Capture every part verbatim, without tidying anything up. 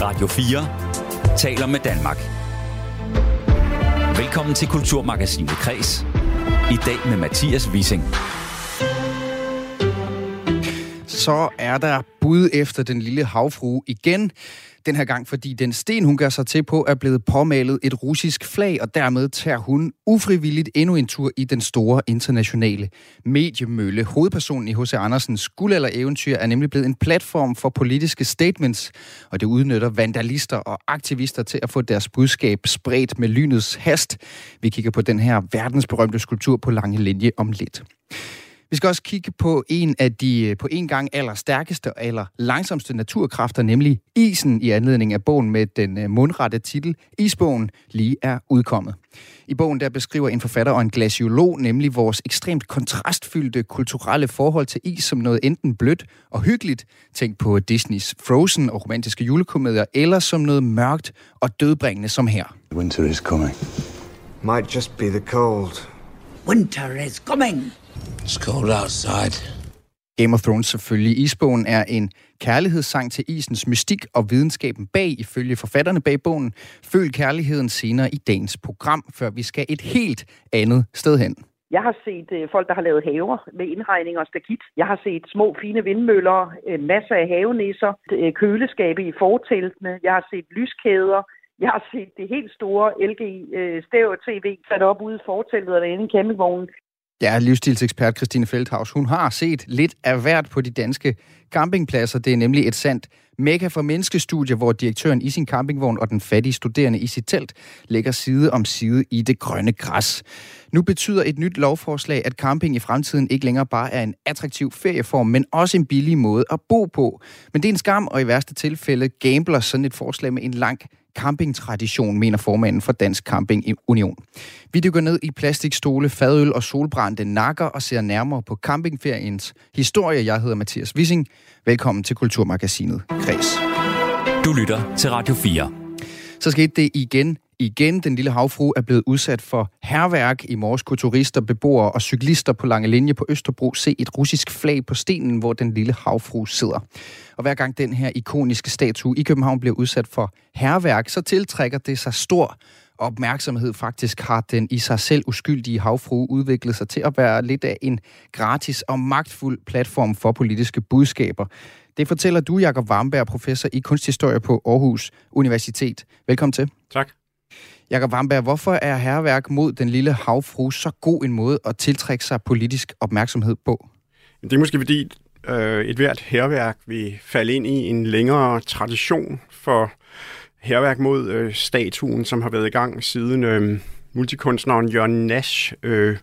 Radio fire taler med Danmark. Velkommen til Kulturmagasinet Kres. I dag med Mathias Wissing. Så er der bud efter den lille havfrue igen. Den her gang, fordi den sten, hun gør sig til på, er blevet påmalet et russisk flag, og dermed tager hun ufrivilligt endnu en tur i den store internationale mediemølle. Hovedpersonen i H C Andersens guldalder-eventyr er nemlig blevet en platform for politiske statements, og det udnytter vandalister og aktivister til at få deres budskab spredt med lynets hast. Vi kigger på den her verdensberømte skulptur på lange linje om lidt. Vi skal også kigge på en af de på en gang allerstærkeste og aller langsomste naturkræfter, nemlig isen, i anledning af bogen med den mundrette titel Isbogen lige er udkommet. I bogen der beskriver en forfatter og en glaciolog nemlig vores ekstremt kontrastfyldte kulturelle forhold til is som noget enten blødt og hyggeligt, tænk på Disneys Frozen og romantiske julekomedier, eller som noget mørkt og dødbringende som her. Winter is coming. Might just be the cold. Winter is coming. It's cold outside. Game of Thrones selvfølgelig. Isbogen er en kærlighedssang til isens mystik og videnskaben bag, ifølge forfatterne bag bogen. Følg kærligheden senere i dagens program, før vi skal et helt andet sted hen. Jeg har set øh, folk, der har lavet haver med indhegning og stakit. Jeg har set små, fine vindmøller, øh, masser af havenisser, øh, køleskabe i forteltene. Jeg har set lyskæder. Jeg har set det helt store L G øh, stereo-tv sat op ude i forteltet eller inde i campingvognen. Ja, livsstilsekspert Christine Feldhaus, hun har set lidt af hvert på de danske campingpladser. Det er nemlig et sandt mekka for menneskestudier, hvor direktøren i sin campingvogn og den fattige studerende i sit telt ligger side om side i det grønne græs. Nu betyder et nyt lovforslag, at camping i fremtiden ikke længere bare er en attraktiv ferieform, men også en billig måde at bo på. Men det er en skam, og i værste tilfælde gambler sådan et forslag med en lang campingtradition, mener formanden for Dansk Camping Union. Vi dykker ned i plastikstole, fadøl og solbrændte nakker og ser nærmere på campingferiens historie. Jeg hedder Mathias Wissing. Velkommen til Kulturmagasinet Kres. Du lytter til Radio fire. Så skete det igen. Igen, den lille havfrue er blevet udsat for hærværk. I morges kunne turister, beboere og cyklister på lange linje på Østerbro se et russisk flag på stenen, hvor den lille havfrue sidder. Og hver gang den her ikoniske statue i København bliver udsat for hærværk, så tiltrækker det sig stor opmærksomhed. Faktisk har den i sig selv uskyldige havfrue udviklet sig til at være lidt af en gratis og magtfuld platform for politiske budskaber. Det fortæller du, Jakob Warmberg, professor i kunsthistorie på Aarhus Universitet. Velkommen til. Tak. Jakob Warmberg, hvorfor er hærværk mod den lille havfrue så god en måde at tiltrække sig politisk opmærksomhed på? Det er måske fordi øh, et hvert hærværk vil falde ind i en længere tradition for hærværk mod øh, statuen, som har været i gang siden øh, multikunstneren Jørgen Nash øh,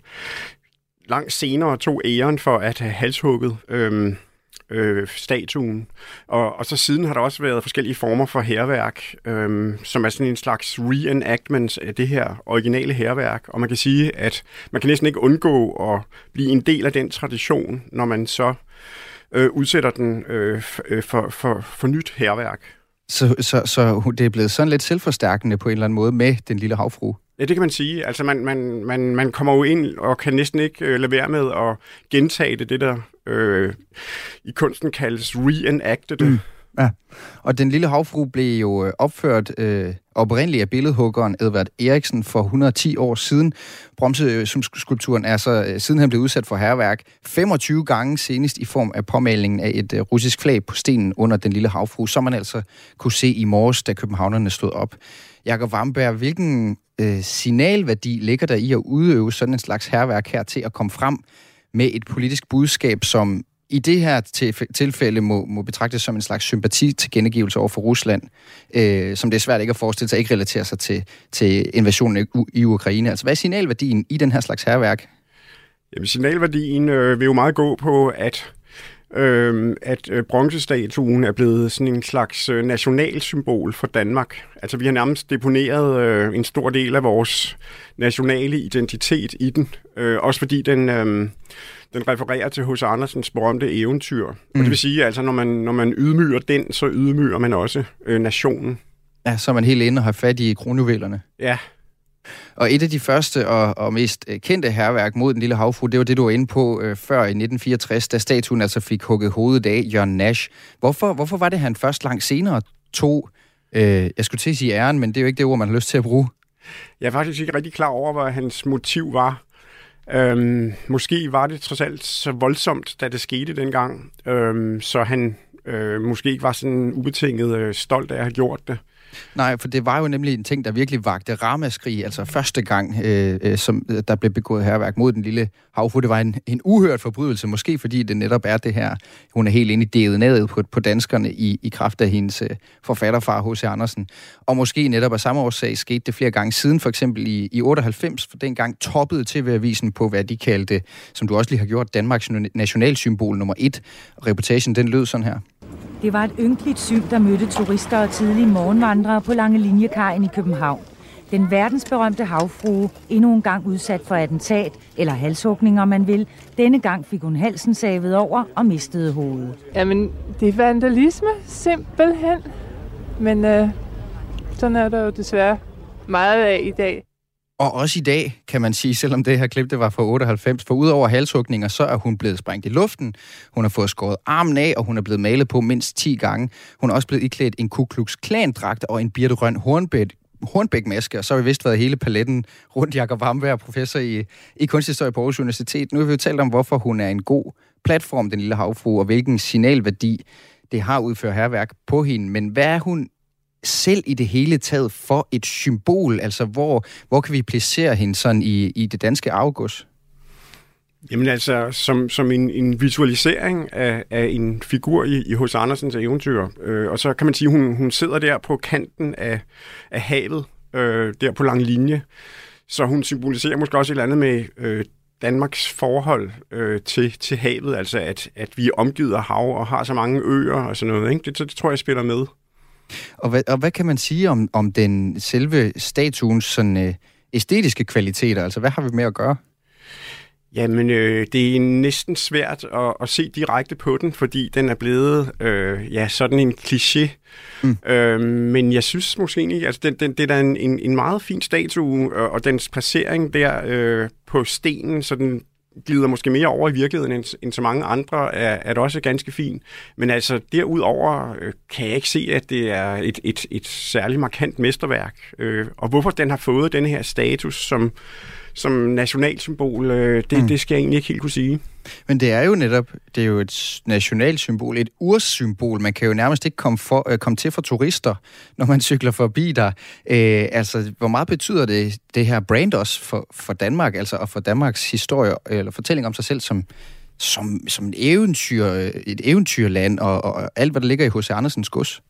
langt senere tog æren for at have halshugget øh, øh, statuen. Og, og så siden har der også været forskellige former for hærværk, øh, som er sådan en slags reenactment af det her originale hærværk. Og man kan sige, at man kan næsten ikke undgå at blive en del af den tradition, når man så øh, udsætter den øh, for, for, for nyt hærværk. Så, så, så det er blevet sådan lidt selvforstærkende på en eller anden måde med den lille havfrue? Ja, det kan man sige. Altså, man, man, man, man kommer jo ind og kan næsten ikke øh, lade være med at gentage det, det der øh, i kunsten kaldes reenacted. Mm. Ja, og den lille havfrue blev jo opført øh, oprindeligt af billedhuggeren Edvard Eriksen for et hundrede og ti år siden. Bronzeskulpturen er så øh, siden han blev udsat for hærværk femogtyve gange, senest i form af påmalingen af et øh, russisk flag på stenen under den lille havfrue, som man altså kunne se i morges, da københavnerne stod op. Jakob Warmberg, hvilken øh, signalværdi ligger der i at udøve sådan en slags hærværk her til at komme frem med et politisk budskab, som i det her tilfælde må, må betragtes som en slags sympati til gengivelse over for Rusland, øh, som det er svært ikke at forestille sig, ikke relaterer sig til, til invasionen i Ukraine. Altså, hvad er signalværdien i den her slags hærværk? Jamen, signalværdien øh, vil jo meget gå på, at, øh, at øh, bronzestatuen er blevet sådan en slags øh, nationalsymbol for Danmark. Altså, vi har nærmest deponeret øh, en stor del af vores nationale identitet i den. Øh, også fordi den... Øh, Den refererer til H C Andersens berømte eventyr. Mm. Og det vil sige, at altså, når, man, når man ydmyger den, så ydmyger man også øh, nationen. Ja, så er man helt inde og har fat i kronjuvelerne. Ja. Og et af de første og, og mest kendte hærværk mod den lille havfrue, det var det, du var inde på øh, før i nitten fireogtres, da statuen altså fik hugget hovedet af Jørgen Nash. Hvorfor, hvorfor var det, han først langt senere tog Øh, jeg skulle til at sige æren, men det er jo ikke det ord, man har lyst til at bruge. Jeg er faktisk ikke rigtig klar over, hvad hans motiv var. Øhm, måske var det trods alt så voldsomt, da det skete dengang, øhm, så han øh, måske ikke var sådan ubetinget øh, stolt af at have gjort det. Nej, for det var jo nemlig en ting, der virkelig vagte ramaskrig, altså første gang, øh, øh, som der blev begået hærværk mod den lille havfrue. Det var en, en uhørt forbrydelse, måske fordi det netop er det her, hun er helt inde i D N A'et på, på danskerne i, i kraft af hendes øh, forfatterfar H C Andersen. Og måske netop af samme årsag skete det flere gange siden, for eksempel i, i otteoghalvfems, for dengang toppede T V-avisen på, hvad de kaldte, som du også lige har gjort, Danmarks nationalsymbol nummer et. Og reportagen, den lød sådan her. Det var et ynkeligt syn, der mødte turister og tidlige morgenvandrere på Langelinjekajen i København. Den verdensberømte havfrue, endnu en gang udsat for attentat, eller halshugninger, man vil. Denne gang fik hun halsen savet over og mistede hovedet. Jamen, det er vandalisme, simpelthen. Men øh, sådan er der jo desværre meget af i dag. Og også i dag, kan man sige, selvom det her klip det var fra otteoghalvfems, for udover halshugninger, så er hun blevet sprængt i luften. Hun har fået skåret armen af, og hun er blevet malet på mindst ti gange. Hun er også blevet iklædt en Ku Klux Klan-dragt og en Birthe Rønn Hornbæk, Hornbæk-maske, og så har vi vist været hele paletten rundt. Jakob Wamberg, professor i, i kunsthistorie på Aarhus Universitet. Nu har vi jo talt om, hvorfor hun er en god platform, den lille havfrue, og hvilken signalværdi det har udført hærværk på hende. Men hvad er hun selv i det hele taget for et symbol? Altså, hvor, hvor kan vi placere hende sådan i, i det danske arvegods? Jamen altså, som, som en, en visualisering af, af en figur i, i H C Andersens eventyr. Øh, og så kan man sige, at hun, hun sidder der på kanten af, af havet, øh, der på lang linje. Så hun symboliserer måske også et eller andet med øh, Danmarks forhold øh, til, til havet. Altså, at, at vi er omgivet af hav og har så mange øer og sådan noget. Ikke? Det, det tror jeg spiller med. Og hvad, og hvad kan man sige om, om den selve statuens sådan, øh, æstetiske kvaliteter? Altså, hvad har vi med at gøre? Jamen, øh, det er næsten svært at, at se direkte på den, fordi den er blevet øh, ja, sådan en kliché. Mm. Øh, men jeg synes måske ikke, altså den, den, det er en, en, en meget fin statue, og, og dens placering der øh, på stenen, så den glider måske mere over i virkeligheden end, end så mange andre, er, er det også ganske fint. Men altså, derudover øh, kan jeg ikke se, at det er et, et, et særligt markant mesterværk. Øh, og hvorfor den har fået den her status som, som nationalsymbol, øh, det, mm. det skal jeg egentlig ikke helt kunne sige. Men det er jo netop, det er jo et nationalsymbol, et ursymbol. Man kan jo nærmest ikke komme, for, øh, komme til for turister, når man cykler forbi der. Øh, altså, hvor meget betyder det, det her brand også for, for Danmark, altså og for Danmarks historie, eller fortælling om sig selv som, som, som et, eventyr, et eventyrland, og, og alt, hvad der ligger i H C Andersens gods?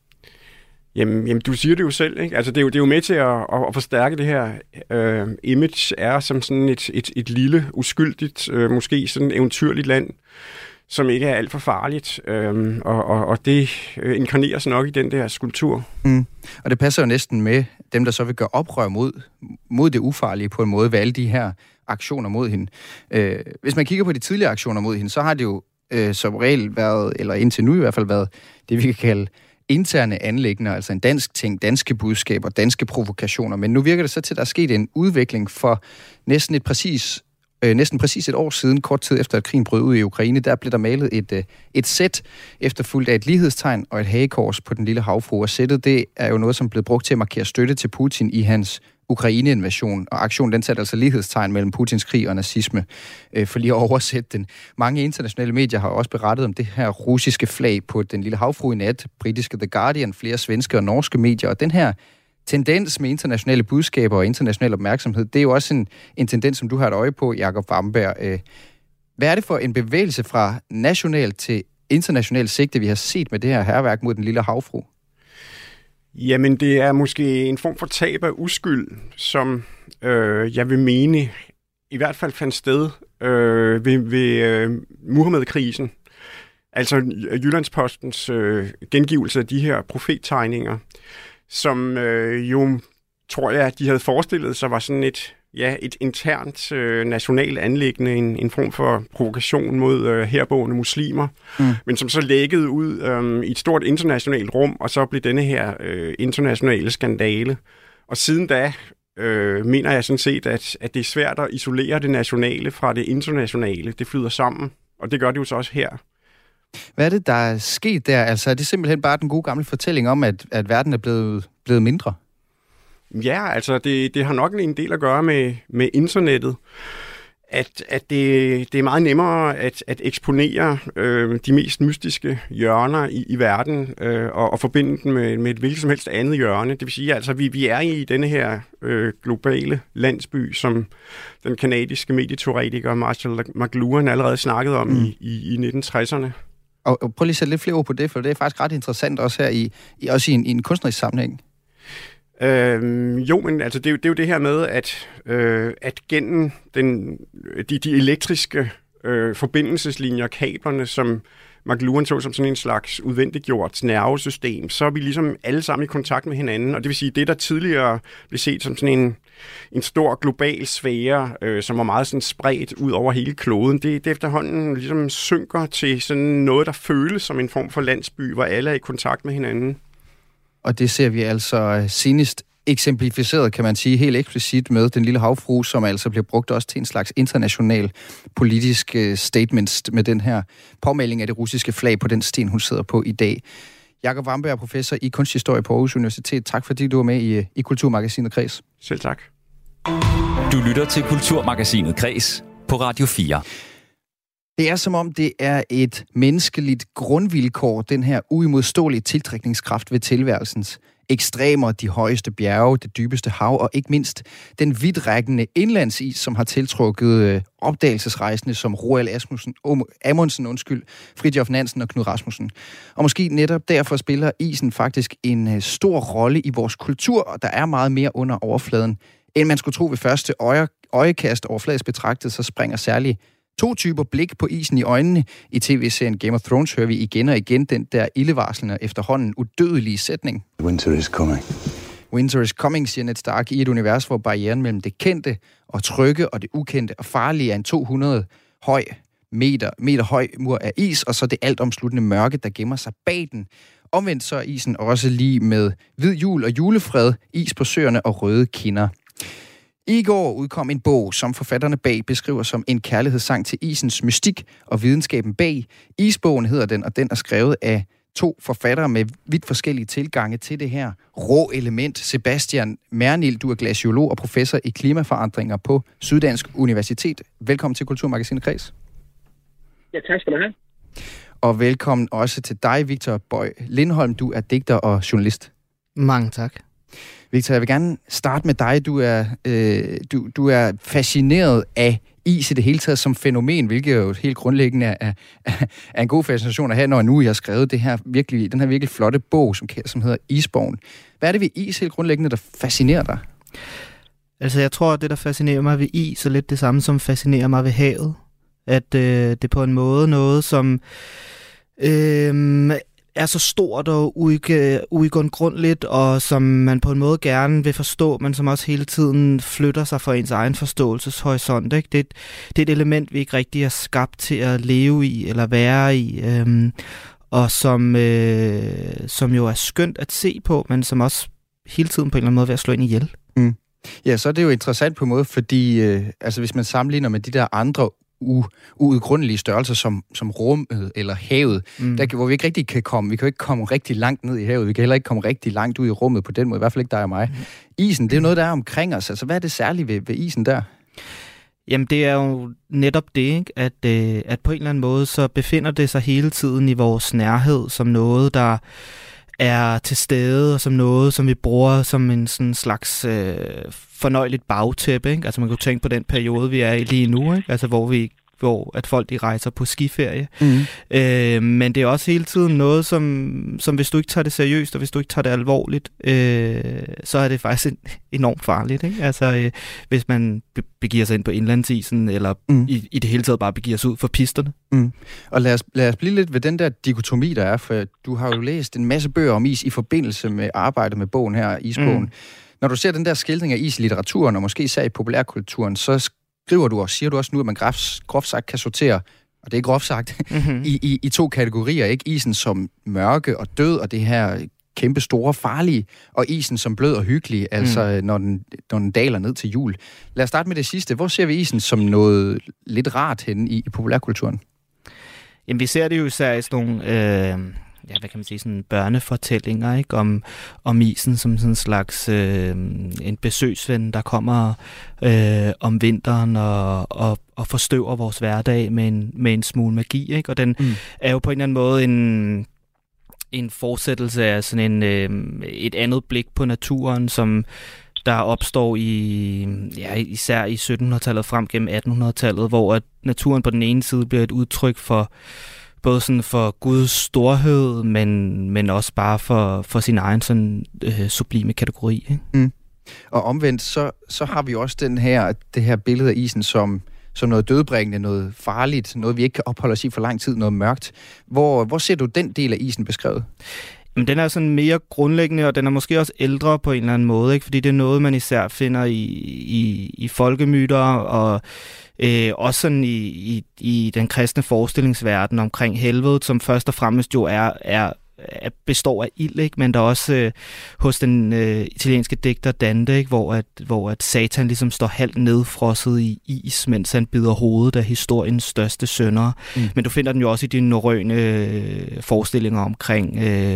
Jamen, jamen, du siger det jo selv, ikke? Altså, det er jo, det er jo med til at, at forstærke det her øh, image er som sådan et, et, et lille, uskyldigt, øh, måske sådan eventyrligt land, som ikke er alt for farligt, øh, og, og, og det øh, inkarneres nok i den der skulptur. Mm. Og det passer jo næsten med dem, der så vil gøre oprør mod, mod det ufarlige på en måde ved alle de her aktioner mod hende. Øh, hvis man kigger på de tidligere aktioner mod hende, så har det jo øh, som regel været, eller indtil nu i hvert fald været, det vi kan kalde interne anliggender, altså en dansk ting, danske budskaber, danske provokationer. Men nu virker det så til, at der er sket en udvikling for næsten et præcis, øh, næsten præcis et år siden, kort tid efter at krigen brød ud i Ukraine. Der blev der malet et, øh, et sæt efterfulgt af et lighedstegn og et hagekors på den lille havfrue. Og sættet, det er jo noget, som blev brugt til at markere støtte til Putin i hans Ukraine-invasion, og aktionen den satte altså lighedstegn mellem Putins krig og nazisme, øh, for lige at oversætte den. Mange internationale medier har også berettet om det her russiske flag på den lille havfrue i nat, britiske The Guardian, flere svenske og norske medier, og den her tendens med internationale budskaber og international opmærksomhed, det er jo også en, en tendens, som du har et øje på, Jakob Wamberg. Øh, hvad er det for en bevægelse fra national til international sigte, vi har set med det her hærværk mod den lille havfrue? Jamen, det er måske en form for tab af uskyld, som øh, jeg vil mene i hvert fald fandt sted øh, ved, ved øh, Muhammed-krisen. Altså Jyllandspostens øh, gengivelse af de her profettegninger, som øh, jo, tror jeg, de havde forestillet sig var sådan et, ja, et internt øh, nationalt anliggende, en, en form for provokation mod øh, herboende muslimer, mm. men som så lækkede ud øh, i et stort internationalt rum, og så blev denne her øh, internationale skandale. Og siden da øh, mener jeg sådan set, at, at det er svært at isolere det nationale fra det internationale. Det flyder sammen, og det gør det jo så også her. Hvad er det, der er sket der? Altså er det simpelthen bare den gode gamle fortælling om, at, at verden er blevet, blevet mindre? Ja, altså det, det har nok en del at gøre med, med internettet. At, at det, det er meget nemmere at, at eksponere øh, de mest mystiske hjørner i, i verden øh, og, og forbinde den med, med et hvilket som helst andet hjørne. Det vil sige, altså vi, vi er i denne her øh, globale landsby, som den kanadiske medieteoretiker Marshall McLuhan allerede snakkede om mm. i, i, i nitten tresserne. Og, og prøv lige at sætte lidt flere ord på det, for det er faktisk ret interessant også her i, i, også i, en, i en kunstnerisk sammenhæng. Øhm, jo, men altså, det, er jo, det er jo det her med, at, øh, at gennem den, de, de elektriske øh, forbindelseslinjer, kablerne, som McLuhan så som sådan en slags udvendiggjort nervesystem, så er vi ligesom alle sammen i kontakt med hinanden, og det vil sige, det der tidligere blev set som sådan en, en stor global sfære, øh, som var meget sådan spredt ud over hele kloden, det, det efterhånden ligesom synker til sådan noget, der føles som en form for landsby, hvor alle er i kontakt med hinanden. Og det ser vi altså senest eksemplificeret, kan man sige, helt eksplicit med den lille havfrue, som altså bliver brugt også til en slags international politisk statement med den her påmelding af det russiske flag på den sten, hun sidder på i dag. Jakob Wamberg, professor i kunsthistorie på Aarhus Universitet. Tak fordi du var med i, i Kulturmagasinet Kreds. Selv tak. Du lytter til Kulturmagasinet Kreds på Radio fire. Det er som om, det er et menneskeligt grundvilkår, den her uimodståelige tiltrækningskraft ved tilværelsens ekstremer, de højeste bjerge, det dybeste hav og ikke mindst den vidtrækkende indlandsis, som har tiltrukket opdagelsesrejsende som Roald Asmussen, Amundsen, undskyld, Fridtjof Nansen og Knud Rasmussen. Og måske netop derfor spiller isen faktisk en stor rolle i vores kultur, og der er meget mere under overfladen, end man skulle tro ved første øje, øjekast overfladisk betragtet, så springer særligt to typer blik på isen i øjnene. I tv-serien Game of Thrones hører vi igen og igen den der ildevarslende efterhånden udødelige sætning. Winter is coming. Winter is coming, siger Ned Stark i et univers, hvor barrieren mellem det kendte og trygge og det ukendte og farlige er en to hundrede høj meter, meter høj mur af is, og så det altomsluttende mørke, der gemmer sig bag den. Omvendt så er isen også lige med hvid jul og julefred, is på søerne og røde kinder. I går udkom en bog, som forfatterne bag beskriver som en kærlighedssang til isens mystik og videnskaben bag. Isbogen hedder den, og den er skrevet af to forfattere med vidt forskellige tilgange til det her rå element. Sebastian Mernil, du er glaciolog og professor i klimaforandringer på Syddansk Universitet. Velkommen til Kulturmagasinet Kreds. Ja, tak skal du have. Og velkommen også til dig, Victor Bøj Lindholm. Du er digter og journalist. Mange tak. Victor, jeg vil gerne starte med dig. Du er, øh, du, du er fascineret af is i det hele taget som fænomen, hvilket jo helt grundlæggende er, er, er en god fascination at have, når nu jeg har skrevet det her virkelig, den her virkelig flotte bog, som, som hedder Isbogen. Hvad er det ved is helt grundlæggende, der fascinerer dig? Altså, jeg tror, at det, der fascinerer mig ved is, er lidt det samme, som fascinerer mig ved havet. At øh, det er på en måde noget, som øh, er så stort og uigengrundligt, og som man på en måde gerne vil forstå, men som også hele tiden flytter sig fra ens egen forståelseshorisont. Ikke? Det, det er et element, vi ikke rigtig er skabt til at leve i eller være i, øhm, og som, øh, som jo er skønt at se på, men som også hele tiden på en eller anden måde vil at slå ind ihjel. Mm. Ja, så er det jo interessant på en måde, fordi øh, altså, hvis man sammenligner med de der andre u- uudgrundelige størrelser som, som rummet eller havet, mm. der, hvor vi ikke rigtig kan komme. Vi kan jo ikke komme rigtig langt ned i havet. Vi kan heller ikke komme rigtig langt ud i rummet på den måde. I hvert fald ikke dig og mig. Mm. Isen, det er jo noget, der er omkring os. Altså, hvad er det særlige ved, ved isen der? Jamen, det er jo netop det, ikke? At, øh, at på en eller anden måde, så befinder det sig hele tiden i vores nærhed som noget, der er til stede, og som noget, som vi bruger som en sådan slags øh, fornøjeligt bagtæppe, ikke? Altså man kan jo tænke på den periode, vi er i lige nu, ikke? Altså hvor vi hvor at folk de rejser på skiferie. Mm. Øh, men det er også hele tiden noget, som, som hvis du ikke tager det seriøst, og hvis du ikke tager det alvorligt, øh, så er det faktisk enormt farligt. Ikke? Altså øh, hvis man begiver sig ind på indlandsisen, eller mm. i, i det hele taget bare begiver sig ud for pisterne. Mm. Og lad os, lad os blive lidt ved den der dikotomi, der er, for du har jo læst en masse bøger om is i forbindelse med arbejdet med bogen her, Isbogen. Mm. Når du ser den der skildring af is i litteraturen, og måske især i populærkulturen, så skriver du og siger du også nu, at man groft sagt kan sortere, og det er groft sagt, mm-hmm. i, i, i to kategorier, ikke? Isen som mørke og død, og det her kæmpe store farlige, og isen som blød og hyggelig, altså mm. når, den, når den daler ned til jul. Lad os starte med det sidste. Hvor ser vi isen som noget lidt rart henne i, i populærkulturen? Jamen, vi ser det jo især i sådan nogle, øh, ja, hvad kan man sige, sådan børnefortællinger, ikke? Om, om isen som sådan en slags øh, en besøgsven, der kommer øh, om vinteren og, og, og forstøver vores hverdag med en, med en smule magi, ikke? Og den mm. er jo på en eller anden måde en, en fortsættelse af sådan en, øh, et andet blik på naturen, som der opstår i, ja, især i syttenhundredetallet frem gennem attenhundredetallet, hvor at naturen på den ene side bliver et udtryk for både sådan for Guds storhed, men, men også bare for, for sin egen sådan øh, sublime kategori. Ikke? Mm. Og omvendt, så, så har vi også den her, det her billede af isen som, som noget dødbringende, noget farligt, noget vi ikke kan opholde os i for lang tid, noget mørkt. Hvor, hvor ser du den del af isen beskrevet? Men den er sådan mere grundlæggende, og den er måske også ældre på en eller anden måde, ikke? Fordi det er noget, man især finder i, i, i folkemyter, og øh, også sådan i, i, i den kristne forestillingsverden omkring helvedet, som først og fremmest jo er, er består af ild, ikke? Men der er også øh, hos den øh, italienske digter Dante, ikke? Hvor, at, hvor at Satan ligesom står halvt nedfrosset i is, mens han bider hovedet af historiens største syndere. Mm. Men du finder den jo også i de norrøne øh, forestillinger omkring øh,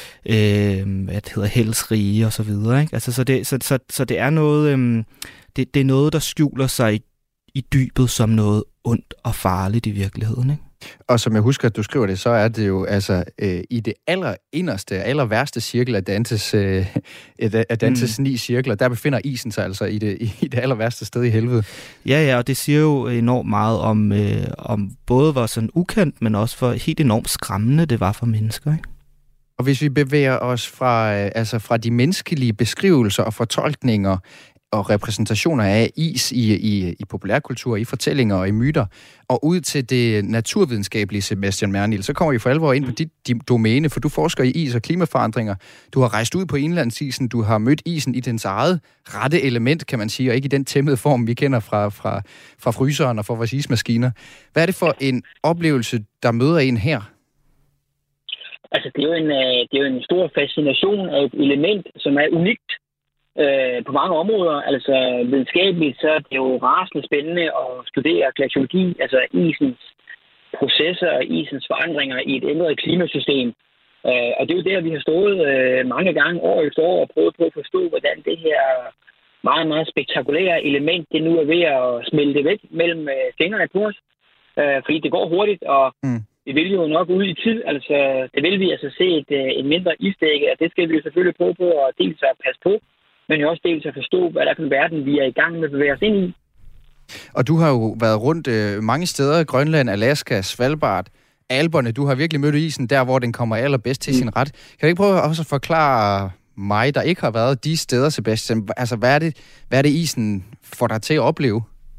øh, hvad det hedder, Hells rige og så videre, ikke? Altså, så, det, så, så, så det er noget øh, det, det er noget, der skjuler sig i, i dybet som noget ondt og farligt i virkeligheden, ikke? Og som jeg husker, at du skriver det, så er det jo altså øh, i det aller inderste, aller værste cirkel af Dantes, øh, af Dantes mm. ni cirkler, der befinder isen sig altså i det, i det aller værste sted i helvede. Ja, ja, og det siger jo enormt meget om, øh, om både hvor sådan ukendt, men også for helt enormt skræmmende det var for mennesker, ikke? Og hvis vi bevæger os fra, øh, altså fra de menneskelige beskrivelser og fortolkninger og repræsentationer af is i, i, i populærkultur, i fortællinger og i myter, og ud til det naturvidenskabelige, Sebastian Mernil, så kommer vi for alvor ind på dit, dit domæne, for du forsker i is og klimaforandringer. Du har rejst ud på indlandsisen, du har mødt isen i dens eget rette element, kan man sige, og ikke i den tæmmede form, vi kender fra, fra, fra fryseren og fra vores ismaskiner. Hvad er det for en oplevelse, der møder en her? Altså, det er jo en, det er jo en stor fascination af et element, som er unikt Øh, på mange områder. Altså videnskabeligt, så er det jo rasende spændende at studere glaciologi, altså isens processer og isens forandringer i et ændret klimasystem. Øh, og det er jo der, vi har stået øh, mange gange år efter år og prøvet på at forstå, hvordan det her meget, meget spektakulære element, det nu er ved at smelte væk mellem øh, fingrene på os. Øh, fordi det går hurtigt, og mm. det vil jo nok ud i tid. Altså, det vil vi altså se et, et mindre isdække, og det skal vi jo selvfølgelig prøve på at dels at passe på, men jo også dels at forstå, hvad der er for en verden, vi er i gang med at bevæge os ind i. Og du har jo været rundt øh, mange steder, Grønland, Alaska, Svalbard, Alperne. Du har virkelig mødt isen der, hvor den kommer allerbedst til mm. sin ret. Kan du ikke prøve også at forklare mig, der ikke har været de steder, Sebastian? Altså, hvad er det, hvad er det isen får dig til at opleve?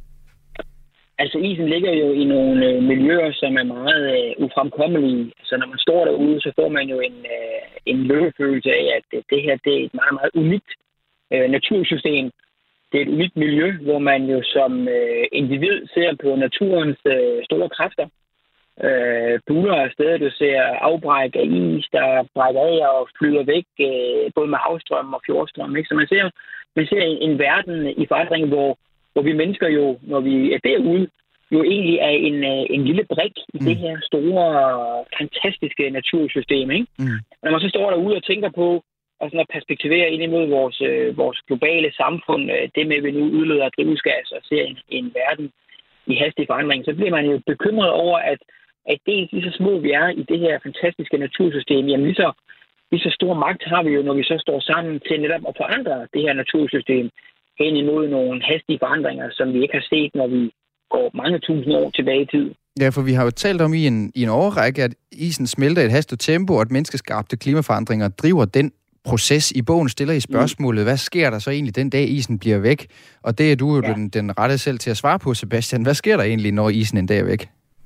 Altså, isen ligger jo i nogle øh, miljøer, som er meget øh, ufremkommelige. Så når man står derude, så får man jo en, øh, en løbefølelse af, at det, det her det er et meget, meget unikt øh, natursystem. Det er et unikt miljø, hvor man jo som øh, individ ser på naturens øh, store kræfter. Øh, buler af steder, du ser afbræk af is, der brækker af og flyder væk, øh, både med havstrøm og fjordstrøm. Ikke? Så man ser, man ser en, en verden i forandring, hvor hvor vi mennesker jo, når vi er derude, jo egentlig er en, en lille brik i mm. det her store, fantastiske natursystem. Ikke? Mm. Når man så står derude og tænker på, og sådan at perspektivere ind imod vores, vores globale samfund, det med, at vi nu udleder drivhusgas og ser en, en verden i hastig forandring, så bliver man jo bekymret over, at, at dels lige så små vi er i det her fantastiske natursystem, jamen lige så, lige så stor magt har vi jo, når vi så står sammen til netop at forandre det her natursystem hen imod nogle hastige forandringer, som vi ikke har set, når vi går mange tusind år tilbage i tid. Ja, for vi har jo talt om i en, i en årrække, at isen smelter i et hastigt tempo, og at menneskeskabte klimaforandringer driver den proces. I bogen stiller I spørgsmålet, mm. hvad sker der så egentlig den dag, isen bliver væk? Og det er du jo ja. den, den rette selv til at svare på, Sebastian. Hvad sker der egentlig, når isen en dag er væk?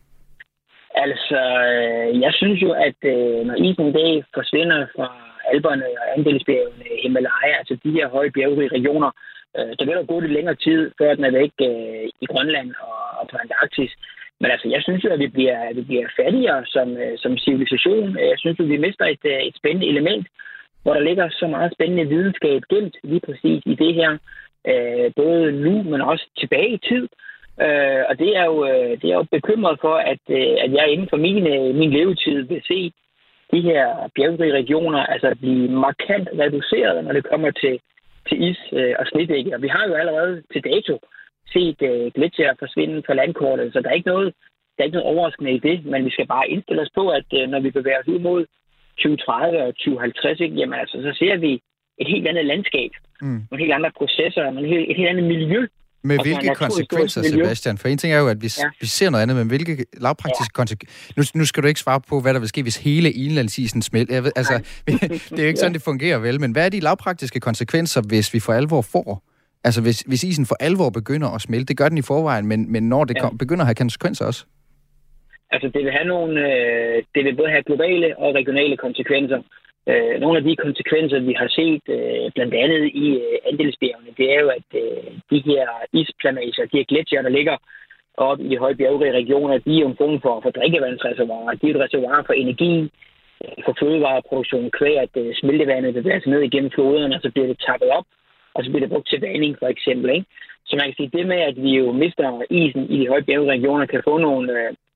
Altså, jeg synes jo, at når isen en dag forsvinder fra Alperne og Andesbjergene, Himalaya, altså de her høje bjergrige regioner, der vil der gå lidt længere tid, før den er væk øh, i Grønland og, og på Antarktis. Men altså, jeg synes jo, at vi bliver, vi bliver fattigere som, øh, som civilisation. Jeg synes jo, at vi mister et, et spændende element, hvor der ligger så meget spændende videnskab gemt lige præcis i det her. Øh, både nu, men også tilbage i tid. Øh, og det er, jo, det er jo bekymret for, at, at jeg inden for min, min levetid vil se de her bjergrige regioner altså blive markant reduceret, når det kommer til, til is og snedække. Og vi har jo allerede til dato set uh, gletsjer forsvinde fra landkortet, så der er ikke noget, der er ikke noget overraskende i det, men vi skal bare indstille os på, at uh, når vi bevæger os ud mod tyve tredive og tyve halvtreds, ikke, jamen altså, så ser vi et helt andet landskab, mm. nogle helt andre processer, et helt, et helt andet miljø. Med hvilke konsekvenser, Sebastian? For en ting er jo, at vi, ja. vi ser noget andet, men hvilke lavpraktiske ja. konsekvenser... Nu, nu skal du ikke svare på, hvad der vil ske, hvis hele indlandsisen smelter. Jeg ved, altså, det er jo ikke sådan, det fungerer vel, men hvad er de lavpraktiske konsekvenser, hvis vi for alvor får? Altså, hvis, hvis isen for alvor begynder at smelte, det gør den i forvejen, men, men når det ja. kom, begynder at have konsekvenser også? Altså, det vil have nogle... Øh, det vil både have globale og regionale konsekvenser. Øh, nogle af de konsekvenser, vi har set øh, blandt andet i øh, Andesbjergene, det er jo, at øh, de her isplanager, de her gletsjer, der ligger oppe i de høje bjergrige regioner, de er jo en form for, for drikkevandsreservoirer. De er et reservoir for energi, øh, for fødevareproduktion, kvæg, at øh, smeltevandet bevæger sig ned igennem floderne, og så bliver det tappet op, og så bliver det brugt til vanding, for eksempel. Ikke? Så man kan sige, det med, at vi jo mister isen i de høje bjergrige regioner, kan få nogle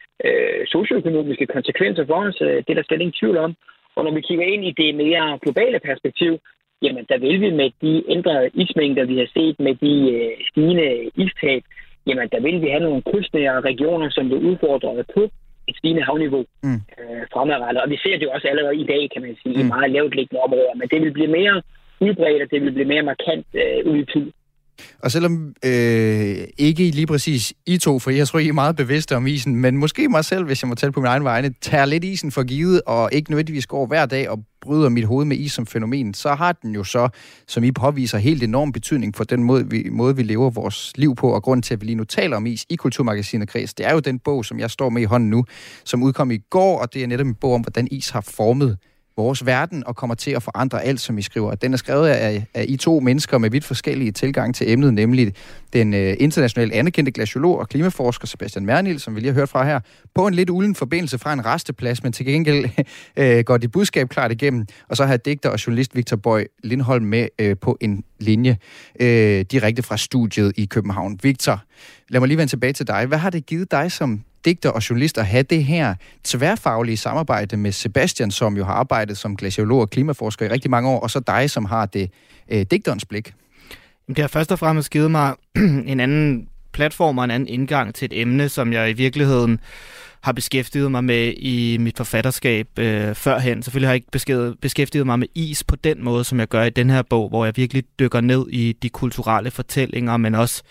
øh, socioøkonomiske konsekvenser for os. Det er der slet ingen tvivl om. Og når vi kigger ind i det mere globale perspektiv, jamen der vil vi med de ændrede ismængder, vi har set med de øh, stigende istab, jamen der vil vi have nogle kystnære regioner, som bliver udfordret på et stigende havniveau mm. øh, fremadrettet. Og vi ser det jo også allerede i dag, kan man sige, mm. i meget lavtliggende områder. Men det vil blive mere udbredt, og det vil blive mere markant øh, ud i tid. Og selvom øh, ikke lige præcis I to, for jeg tror, I er meget bevidste om isen, men måske mig selv, hvis jeg må tælle på min egen vegne, tager lidt isen for givet, og ikke nødvendigvis går hver dag og bryder mit hoved med is som fænomen, så har den jo så, som I påviser, helt enorm betydning for den måde vi, måde, vi lever vores liv på, og grunden til, at vi lige nu taler om is i Kulturmagasinet Kreds, det er jo den bog, som jeg står med i hånden nu, som udkom i går, og det er netop en bog om, hvordan is har formet vores verden og kommer til at forandre alt, som I skriver. Den er skrevet af, af I to mennesker med vidt forskellige tilgang til emnet, nemlig den øh, internationalt anerkendte glaciolog og klimaforsker Sebastian Mernild, som vi lige har hørt fra her, på en lidt ulden forbindelse fra en resteplads, men til gengæld øh, går dit budskab klart igennem. Og så har digter og journalist Victor Bøj Lindholm med øh, på en linje øh, direkte fra studiet i København. Victor, lad mig lige vende tilbage til dig. Hvad har det givet dig som digter og journalist at have det her tværfaglige samarbejde med Sebastian, som jo har arbejdet som glaciolog og klimaforsker i rigtig mange år, og så dig, som har det øh, digterens blik? Det har først og fremmest givet mig en anden platform og en anden indgang til et emne, som jeg i virkeligheden har beskæftiget mig med i mit forfatterskab øh, førhen. Selvfølgelig har jeg ikke beskæftiget mig med is på den måde, som jeg gør i den her bog, hvor jeg virkelig dykker ned i de kulturelle fortællinger, men også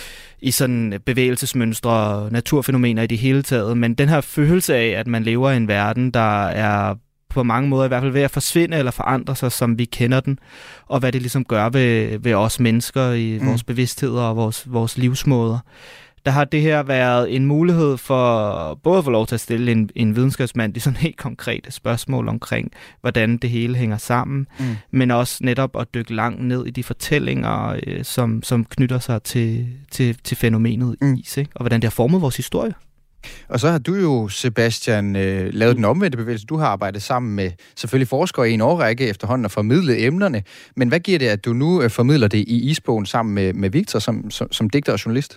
i sådan bevægelsesmønstre og naturfænomener i det hele taget. Men den her følelse af, at man lever i en verden, der er på mange måder i hvert fald ved at forsvinde eller forandre sig, som vi kender den, og hvad det ligesom gør ved, ved os mennesker i mm. vores bevidstheder og vores, vores livsmåder. Der har det her været en mulighed for både at få lov til at stille en, en videnskabsmand de sådan helt konkrete spørgsmål omkring, hvordan det hele hænger sammen, mm. men også netop at dykke langt ned i de fortællinger, øh, som, som knytter sig til, til, til fænomenet mm. is, ikke? Og hvordan det har formet vores historie. Og så har du jo, Sebastian, øh, lavet den omvendte bevægelse. Du har arbejdet sammen med selvfølgelig forskere i en årrække efterhånden og formidlet emnerne. Men hvad giver det, at du nu øh, formidler det i isbogen sammen med, med Victor som, som, som digter og journalist?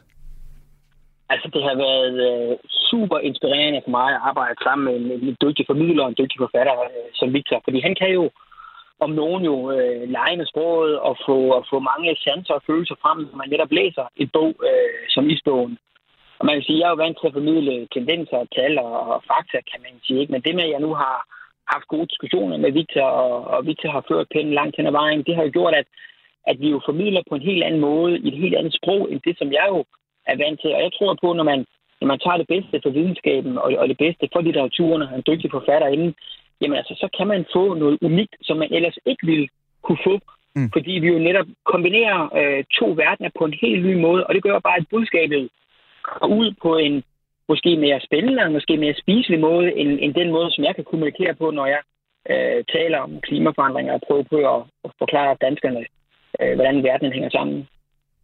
Altså, det har været øh, super inspirerende for mig at arbejde sammen med en, en dygtig formidler og en dygtig forfatter øh, som Victor. Fordi han kan jo, om nogen jo, øh, lege med sproget og få, og få mange sanser og følelser frem, når man netop læser et bog øh, som isbogen. Og man kan sige, jeg er jo vant til at formidle tendenser, tal og, og fakta, kan man sige. Ikke? Men det med, at jeg nu har haft gode diskussioner med Victor, og, og Victor har ført pinden langt hen ad vejen, det har jo gjort, at, at vi jo formidler på en helt anden måde, i et helt andet sprog, end det, som jeg jo er vant til. Og jeg tror på, når man, når man tager det bedste for videnskaben og, og det bedste for litteraturen og en dygtig forfatter inden, jamen altså, så kan man få noget unikt, som man ellers ikke ville kunne få. Mm. Fordi vi jo netop kombinerer øh, to verdener på en helt ny måde, og det gør bare, at budskabet kommer ud på en måske mere spændende og måske mere spiselig måde, end, end den måde, som jeg kan kommunikere på, når jeg øh, taler om klimaforandringer og prøver på at, at forklare danskerne, øh, hvordan verden hænger sammen.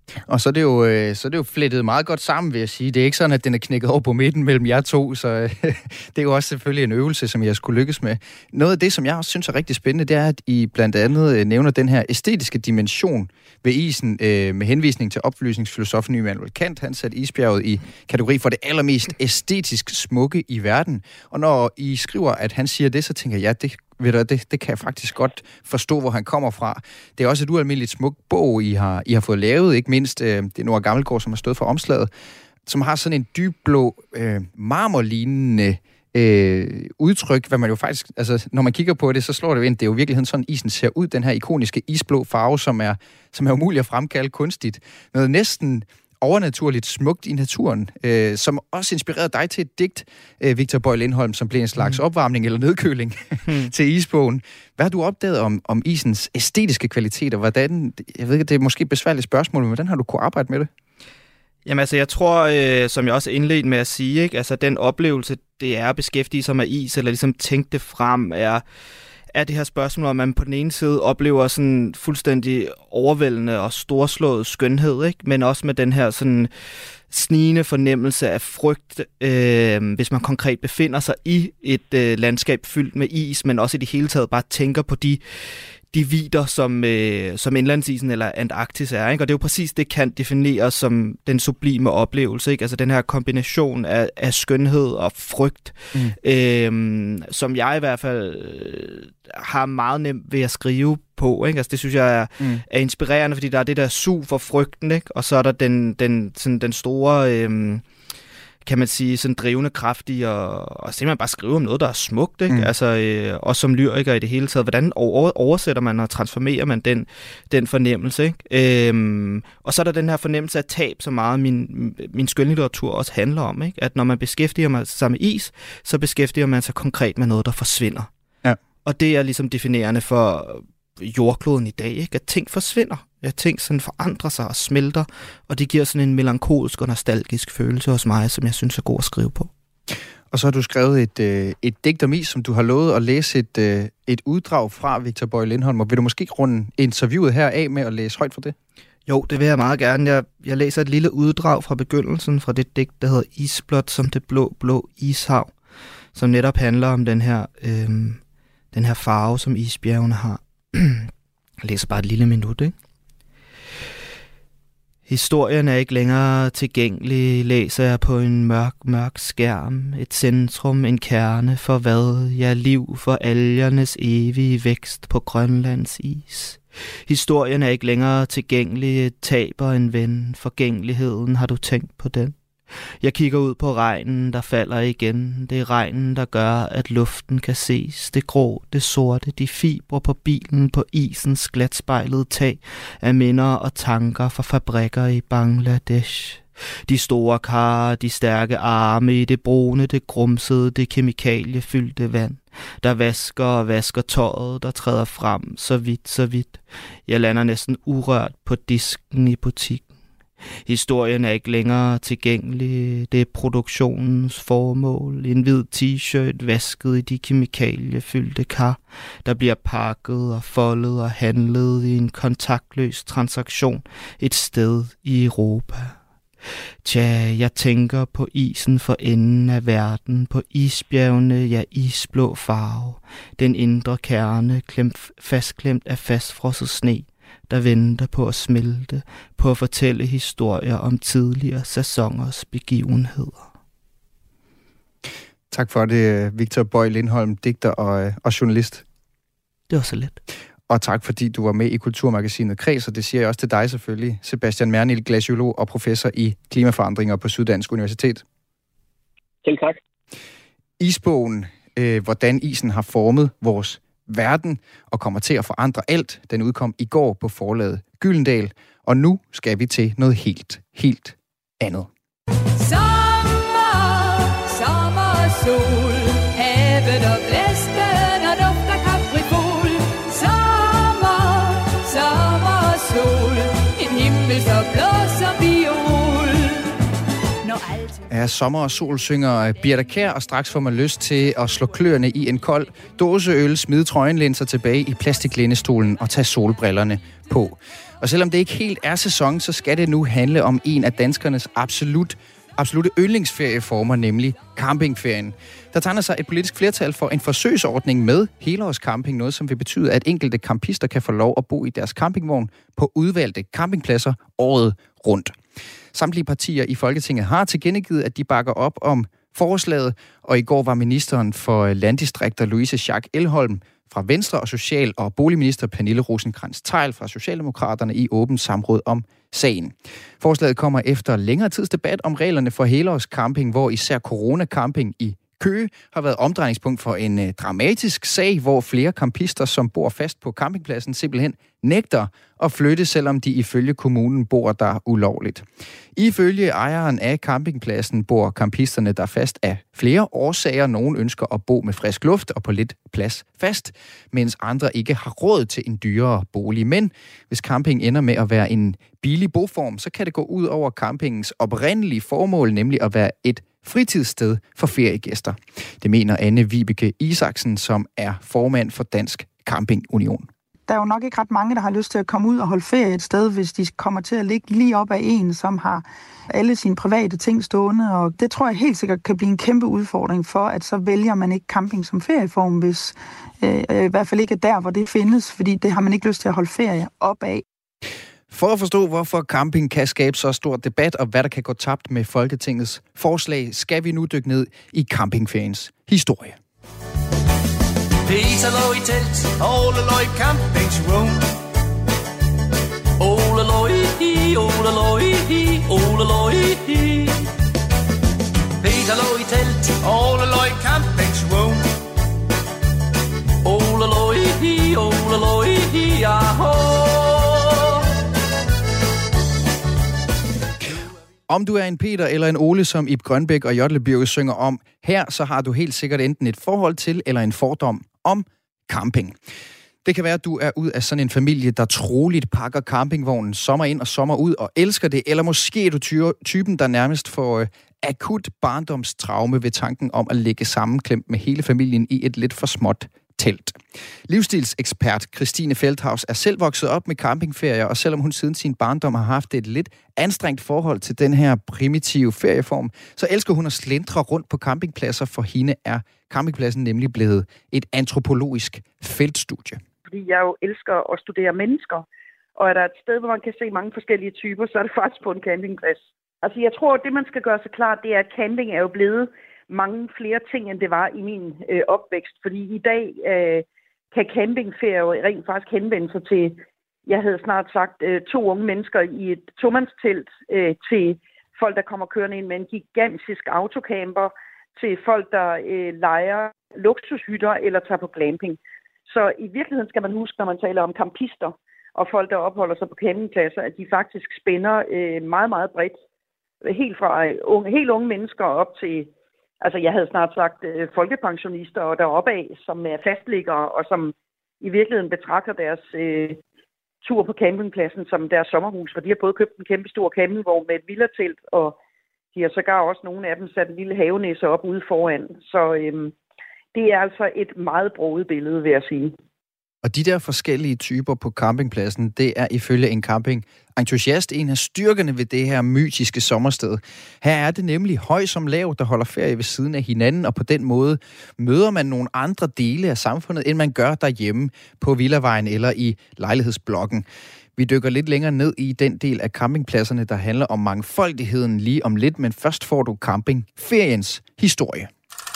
Og så er, det jo, så er det jo flettet meget godt sammen, vil jeg sige. Det er ikke sådan, at den er knækket over på midten mellem jer to, så det er jo også selvfølgelig en øvelse, som jeg skulle lykkes med. Noget af det, som jeg også synes er rigtig spændende, det er, at I blandt andet nævner den her æstetiske dimension ved isen, med henvisning til oplysningsfilosofen Immanuel Kant. Han satte isbjerget i kategori for det allermest æstetisk smukke i verden. Og når I skriver, at han siger det, så tænker jeg, ja, det Ved du, det, det kan jeg faktisk godt forstå, hvor han kommer fra. Det er også et ualmindeligt smukt bog, I har, I har fået lavet, ikke mindst. Øh, det er Nora Gammelgaard, som har stået for omslaget, som har sådan en dybblå, øh, marmorlignende øh, udtryk, hvad man jo faktisk, altså når man kigger på det, så slår det jo ind, det er jo i virkeligheden sådan, isen ser ud, den her ikoniske isblå farve, som er, som er umulig at fremkalde kunstigt. Noget næsten overnaturligt smukt i naturen, øh, som også inspirerede dig til et digt, øh, Victor Bøje Lindholm, som blev en slags mm. opvarmning eller nedkøling mm. til isbogen. Hvad har du opdaget om, om isens æstetiske kvaliteter? Hvordan, jeg ved ikke, det er måske et besværligt spørgsmål, men hvordan har du kunnet arbejde med det? Jamen altså, jeg tror, øh, som jeg også indledte med at sige, ikke? Altså den oplevelse, det er at beskæftige sig med is, eller ligesom tænke det frem, er er det her spørgsmål, om man på den ene side oplever sådan fuldstændig overvældende og storslået skønhed, ikke? Men også med den her sådan snigende fornemmelse af frygt, øh, hvis man konkret befinder sig i et øh, landskab fyldt med is, men også i det hele taget bare tænker på de de vidder, som, øh, som indlandsisen eller Antarktis er, ikke? Og det er jo præcis det, kan defineres som den sublime oplevelse, ikke? Altså den her kombination af, af skønhed og frygt, mm. øh, som jeg i hvert fald øh, har meget nemt ved at skrive på, ikke? Altså det synes jeg er, mm. er inspirerende, fordi der er det der sug for frygten, ikke? Og så er der den, den, sådan, den store øh, kan man sige, sådan drivende kraft i at, at simpelthen bare skrive om noget, der er smukt, ikke? Mm. Altså, øh, også som lyriker i det hele taget. Hvordan over, oversætter man og transformerer man den, den fornemmelse, ikke? Øhm, og så er der den her fornemmelse af tab, som meget min, min skønlitteratur også handler om, ikke? At når man beskæftiger sig med is, så beskæftiger man sig konkret med noget, der forsvinder. Ja. Og det er ligesom definerende for jordkloden i dag, ikke? At ting forsvinder. At ting sådan forandrer sig og smelter, og det giver sådan en melankolsk og nostalgisk følelse hos mig, som jeg synes er god at skrive på. Og så har du skrevet et, øh, et digt om is, som du har lovet at læse et, øh, et uddrag fra, Victor Bøje Lindholm. Og vil du måske runde interviewet her af med at læse højt for det? Jo, det vil jeg meget gerne. Jeg, jeg læser et lille uddrag fra begyndelsen fra det digt, der hedder Isblot som det blå, blå ishav, som netop handler om den her, øh, den her farve, som isbjergene har. Jeg læser bare et lille minut, ikke? Historien er ikke længere tilgængelig, læser jeg på en mørk, mørk skærm. Et centrum, en kerne for hvad? Ja, liv for algernes evige vækst på Grønlands is. Historien er ikke længere tilgængelig, et taber en ven. Forgængeligheden, har du tænkt på den? Jeg kigger ud på regnen, der falder igen. Det er regnen, der gør, at luften kan ses. Det grå, det sorte, de fibre på bilen på isens glatspejlede tag af minder og tanker fra fabrikker i Bangladesh. De store karer, de stærke arme i det brune, det grumsede, det kemikaliefyldte vand, der vasker og vasker tøjet, der træder frem så vidt, så vidt. Jeg lander næsten urørt på disken i butikken. Historien er ikke længere tilgængelig. Det er produktionens formål. En hvid t-shirt vasket i de kemikaliefyldte kar, der bliver pakket og foldet og handlet i en kontaktløs transaktion et sted i Europa. Tja, jeg tænker på isen for enden af verden, på isbjergene, ja, isblå farve, den indre kerne klemt, fastklemt af fastfrosset sne, der venter på at smelte, på at fortælle historier om tidligere sæsoners begivenheder. Tak for det, Victor Bøje Lindholm, digter og, og journalist. Det var så let. Og tak, fordi du var med i Kulturmagasinet Kreds, og det siger jeg også til dig selvfølgelig, Sebastian Mernil, glaciolog og professor i klimaforandringer på Syddansk Universitet. Selv tak. Isbogen, øh, hvordan isen har formet vores verden og kommer til at forandre alt. Den udkom i går på forlaget Gyldendal, og nu skal vi til noget helt, helt andet. Sommer, sommer og sol, havet og blæsten og dufter kaprifol. Sommer, sommer og sol, en himmel så blå som viol. Når alt Ja, sommer og sol synger Birthe Kjær, og straks får man lyst til at slå kløerne i en kold dåseøl, smide trøjen, læne sig tilbage i plastiklænestolen og tage solbrillerne på. Og selvom det ikke helt er sæson, så skal det nu handle om en af danskernes absolut absolutte yndlingsferieformer, nemlig campingferien. Der tegner sig et politisk flertal for en forsøgsordning med helårscamping, noget som vil betyde, at enkelte campister kan få lov at bo i deres campingvogn på udvalgte campingpladser året rundt. Samtlige partier i Folketinget har tilkendegivet, at de bakker op om forslaget, og i går var ministeren for landdistrikter Louise Schack Elholm fra Venstre og Social- og Boligminister Pernille Rosenkrantz-Theil fra Socialdemokraterne i åbent samråd om sagen. Forslaget kommer efter længere tids debat om reglerne for helårscamping, hvor især coronacamping i Køge har været omdrejningspunkt for en uh, dramatisk sag, hvor flere campister, som bor fast på campingpladsen, simpelthen nægter at flytte, selvom de ifølge kommunen bor der ulovligt. Ifølge ejeren af campingpladsen bor campisterne der fast af flere årsager. Nogle ønsker at bo med frisk luft og på lidt plads fast, mens andre ikke har råd til en dyrere bolig. Men hvis camping ender med at være en billig boform, så kan det gå ud over campingens oprindelige formål, nemlig at være et fritidssted for feriegæster. Det mener Anne Vibeke Isaksen, som er formand for Dansk Camping Union. Der er jo nok ikke ret mange, der har lyst til at komme ud og holde ferie et sted, hvis de kommer til at ligge lige op ad en, som har alle sine private ting stående. Og det tror jeg helt sikkert kan blive en kæmpe udfordring for, at så vælger man ikke camping som ferieform, hvis øh, i hvert fald ikke er der, hvor det findes, fordi det har man ikke lyst til at holde ferie op af. For at forstå, hvorfor camping kan skabe så stor debat, og hvad der kan gå tabt med Folketingets forslag, skal vi nu dykke ned i campingferiens historie. Peter lå i telt, Ole lå i campingsvogn. Ole lå i hi, Ole lå i hi, Ole lå i hi. Peter lå i telt, Ole lå i campingsvogn. Ole lå i hi, Ole lå i hi, aho. Om du er en Peter eller en Ole, som Ib Grønbæk og Jotlebjerg synger om her, så har du helt sikkert enten et forhold til eller en fordom om camping. Det kan være, at du er ud af sådan en familie, der troligt pakker campingvognen sommer ind og sommer ud og elsker det, eller måske er du ty- typen, der nærmest får øh, akut barndomstraume ved tanken om at ligge sammenklemt med hele familien i et lidt for småt telt. Livsstilsekspert Christine Feldhaus er selv vokset op med campingferier, og selvom hun siden sin barndom har haft et lidt anstrengt forhold til den her primitive ferieform, så elsker hun at slentre rundt på campingpladser. For hende er campingpladsen nemlig blevet et antropologisk feltstudie. Fordi jeg jo elsker at studere mennesker, og er der et sted, hvor man kan se mange forskellige typer, så er det faktisk på en campingplads. Altså jeg tror, at det man skal gøre sig klart, det er, at camping er jo blevet mange flere ting, end det var i min øh, opvækst. Fordi i dag øh, kan campingferie rent faktisk henvende sig til, jeg havde snart sagt, øh, to unge mennesker i et tomandstelt, øh, til folk, der kommer kørende ind med en gigantisk autocamper, til folk, der øh, lejer luksushytter eller tager på glamping. Så i virkeligheden skal man huske, når man taler om campister og folk, der opholder sig på campingpladser, at de faktisk spænder øh, meget, meget bredt. Helt fra unge, helt unge mennesker op til, altså jeg havde snart sagt øh, folkepensionister og deroppe af, som er fastliggere og som i virkeligheden betragter deres øh, tur på campingpladsen som deres sommerhus, for de har både købt en kæmpe stor campingvogn med et villatelt, og de har sågar også nogle af dem sat en lille havenæse op ude foran. Så øh, det er altså et meget broget billede, vil jeg sige. Og de der forskellige typer på campingpladsen, det er ifølge en campingentusiast en af styrkerne ved det her mytiske sommersted. Her er det nemlig høj som lav, der holder ferie ved siden af hinanden, og på den måde møder man nogle andre dele af samfundet, end man gør derhjemme på Villavejen eller i lejlighedsblokken. Vi dykker lidt længere ned i den del af campingpladserne, der handler om mangfoldigheden lige om lidt, men først får du campingferiens historie.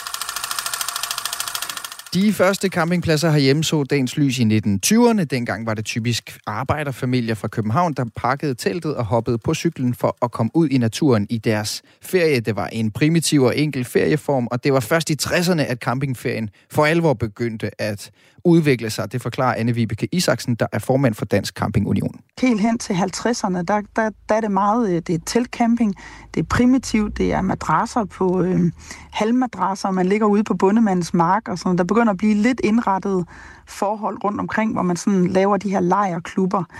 De første campingpladser herhjemme så dagens lys i nitten tyverne. Dengang var det typisk arbejderfamilier fra København, der pakkede teltet og hoppede på cyklen for at komme ud i naturen i deres ferie. Det var en primitiv og enkel ferieform, og det var først i tresserne, at campingferien for alvor begyndte at udvikle sig. Det forklarer Anne Vibeke Isaksen, der er formand for Dansk Camping Union. Helt hen til halvtredserne, der, der, der er det meget, det er teltcamping, det er primitivt, det er madrasser på øh, halmmadrasser, man ligger ude på bondemandens mark, og sådan. Der begynder at blive lidt indrettet forhold rundt omkring, hvor man sådan laver de her lejrklubber.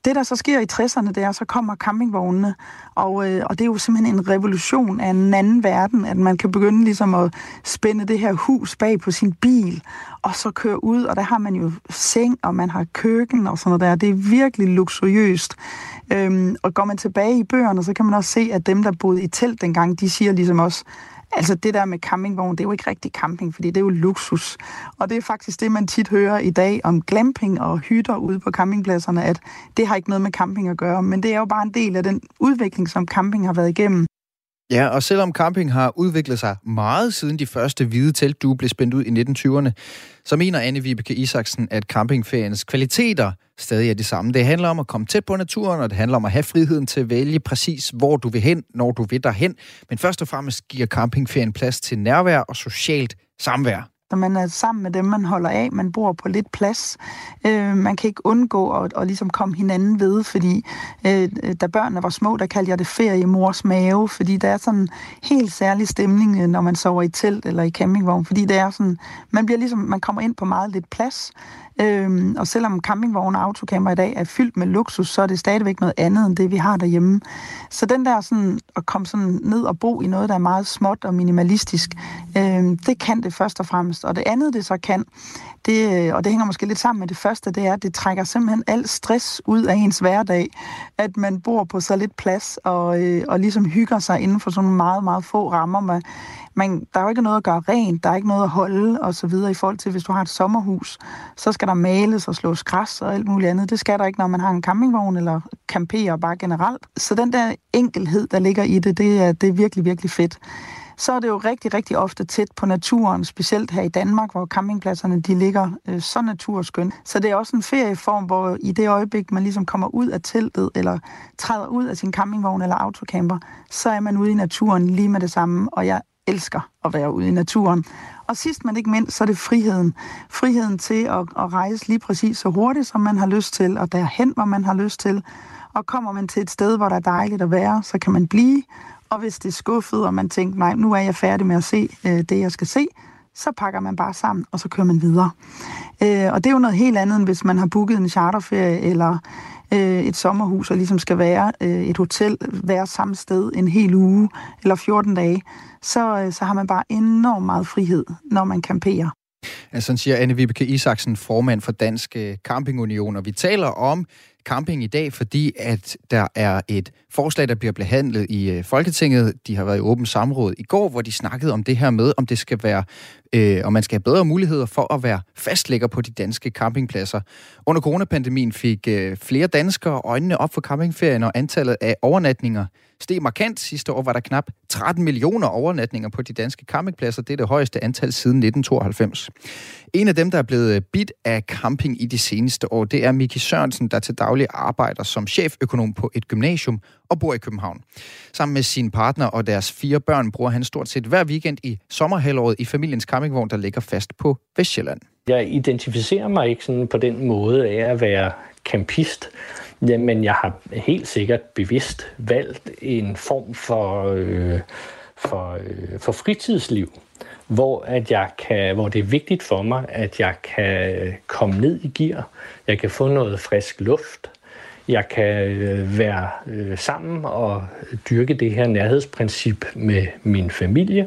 Det, der så sker i tresserne, det er, så kommer campingvognene, og, øh, og det er jo simpelthen en revolution af en anden verden, at man kan begynde ligesom at spænde det her hus bag på sin bil, og så køre ud, og der har man jo seng, og man har køkken og sådan noget der. Det er virkelig luksuriøst. Øhm, og går man tilbage i bøgerne, så kan man også se, at dem, der boede i telt dengang, de siger ligesom også, altså det der med campingvogn, det er jo ikke rigtig camping, fordi det er jo luksus. Og det er faktisk det, man tit hører i dag om glamping og hytter ude på campingpladserne, at det har ikke noget med camping at gøre, men det er jo bare en del af den udvikling, som camping har været igennem. Ja, og selvom camping har udviklet sig meget siden de første hvide teltduge blev spændt ud i nitten tyverne, så mener Anne-Vibeke Isaksen, at campingferiens kvaliteter stadig er det samme. Det handler om at komme tæt på naturen, og det handler om at have friheden til at vælge præcis, hvor du vil hen, når du vil derhen. Men først og fremmest giver campingferien plads til nærvær og socialt samvær. Så man er sammen med dem, man holder af. Man bor på lidt plads. Øh, man kan ikke undgå at, at ligesom komme hinanden ved, fordi øh, da børnene var små, der kaldte jeg det ferie i mors mave, fordi der er sådan en helt særlig stemning, når man sover i telt eller i campingvogn, fordi det er sådan, man bliver ligesom, man kommer ind på meget lidt plads. Øhm, og selvom campingvogne og autocamper i dag er fyldt med luksus, så er det stadigvæk noget andet end det, vi har derhjemme. Så den der sådan, at komme sådan ned og bo i noget, der er meget småt og minimalistisk, øhm, det kan det først og fremmest. Og det andet, det så kan, det, og det hænger måske lidt sammen med det første, det er, at det trækker simpelthen al stress ud af ens hverdag, at man bor på så lidt plads og, øh, og ligesom hygger sig inden for sådan meget, meget få rammer med. Men der er jo ikke noget at gøre rent, der er ikke noget at holde og så videre i forhold til, hvis du har et sommerhus, så skal der males og slås græs og alt muligt andet. Det skal der ikke, når man har en campingvogn eller camperer bare generelt. Så den der enkelhed, der ligger i det, det er, det er virkelig, virkelig fedt. Så er det jo rigtig, rigtig ofte tæt på naturen, specielt her i Danmark, hvor campingpladserne de ligger øh, så naturskønt. Så det er også en ferieform, hvor i det øjeblik, man ligesom kommer ud af teltet, eller træder ud af sin campingvogn eller autocamper, så er man ude i naturen lige med det samme, og jeg elsker at være ude i naturen. Og sidst men ikke mindst, så er det friheden. Friheden til at, at rejse lige præcis så hurtigt, som man har lyst til, og derhen, hvor man har lyst til. Og kommer man til et sted, hvor der er dejligt at være, så kan man blive. Og hvis det er skuffet, og man tænker, nej, nu er jeg færdig med at se øh, det, jeg skal se, så pakker man bare sammen, og så kører man videre. Øh, og det er jo noget helt andet, end hvis man har booket en charterferie, eller øh, et sommerhus, og ligesom skal være øh, et hotel, være samme sted en hel uge, eller fjorten dage, så, øh, så har man bare enormt meget frihed, når man camperer. Ja, sådan siger Anne-Vibeke Isaksen, formand for Dansk Campingunion, og vi taler om camping i dag, fordi at der er et forslag, der bliver behandlet i Folketinget. De har været i åbent samråd i går, hvor de snakkede om det her med, om det skal være, øh, om man skal have bedre muligheder for at være fastlægger på de danske campingpladser. Under coronapandemien fik øh, flere danskere øjnene op for campingferien, og antallet af overnatninger steg markant. Sidste år var der knap tretten millioner overnatninger på de danske campingpladser. Det er det højeste antal siden nitten tooghalvfems. En af dem, der er blevet bidt af camping i de seneste år, det er Miki Sørensen, der til daglig arbejder som cheføkonom på et gymnasium og bor i København. Sammen med sin partner og deres fire børn bruger han stort set hver weekend i sommerhalvåret i familiens campingvogn, der ligger fast på Vestsjælland. Jeg identificerer mig ikke sådan på den måde af at være campist, men jeg har helt sikkert bevidst valgt en form for, øh, for, øh, for fritidsliv, hvor, at jeg kan, hvor det er vigtigt for mig, at jeg kan komme ned i gear, jeg kan få noget frisk luft, jeg kan øh, være øh, sammen og dyrke det her nærhedsprincip med min familie,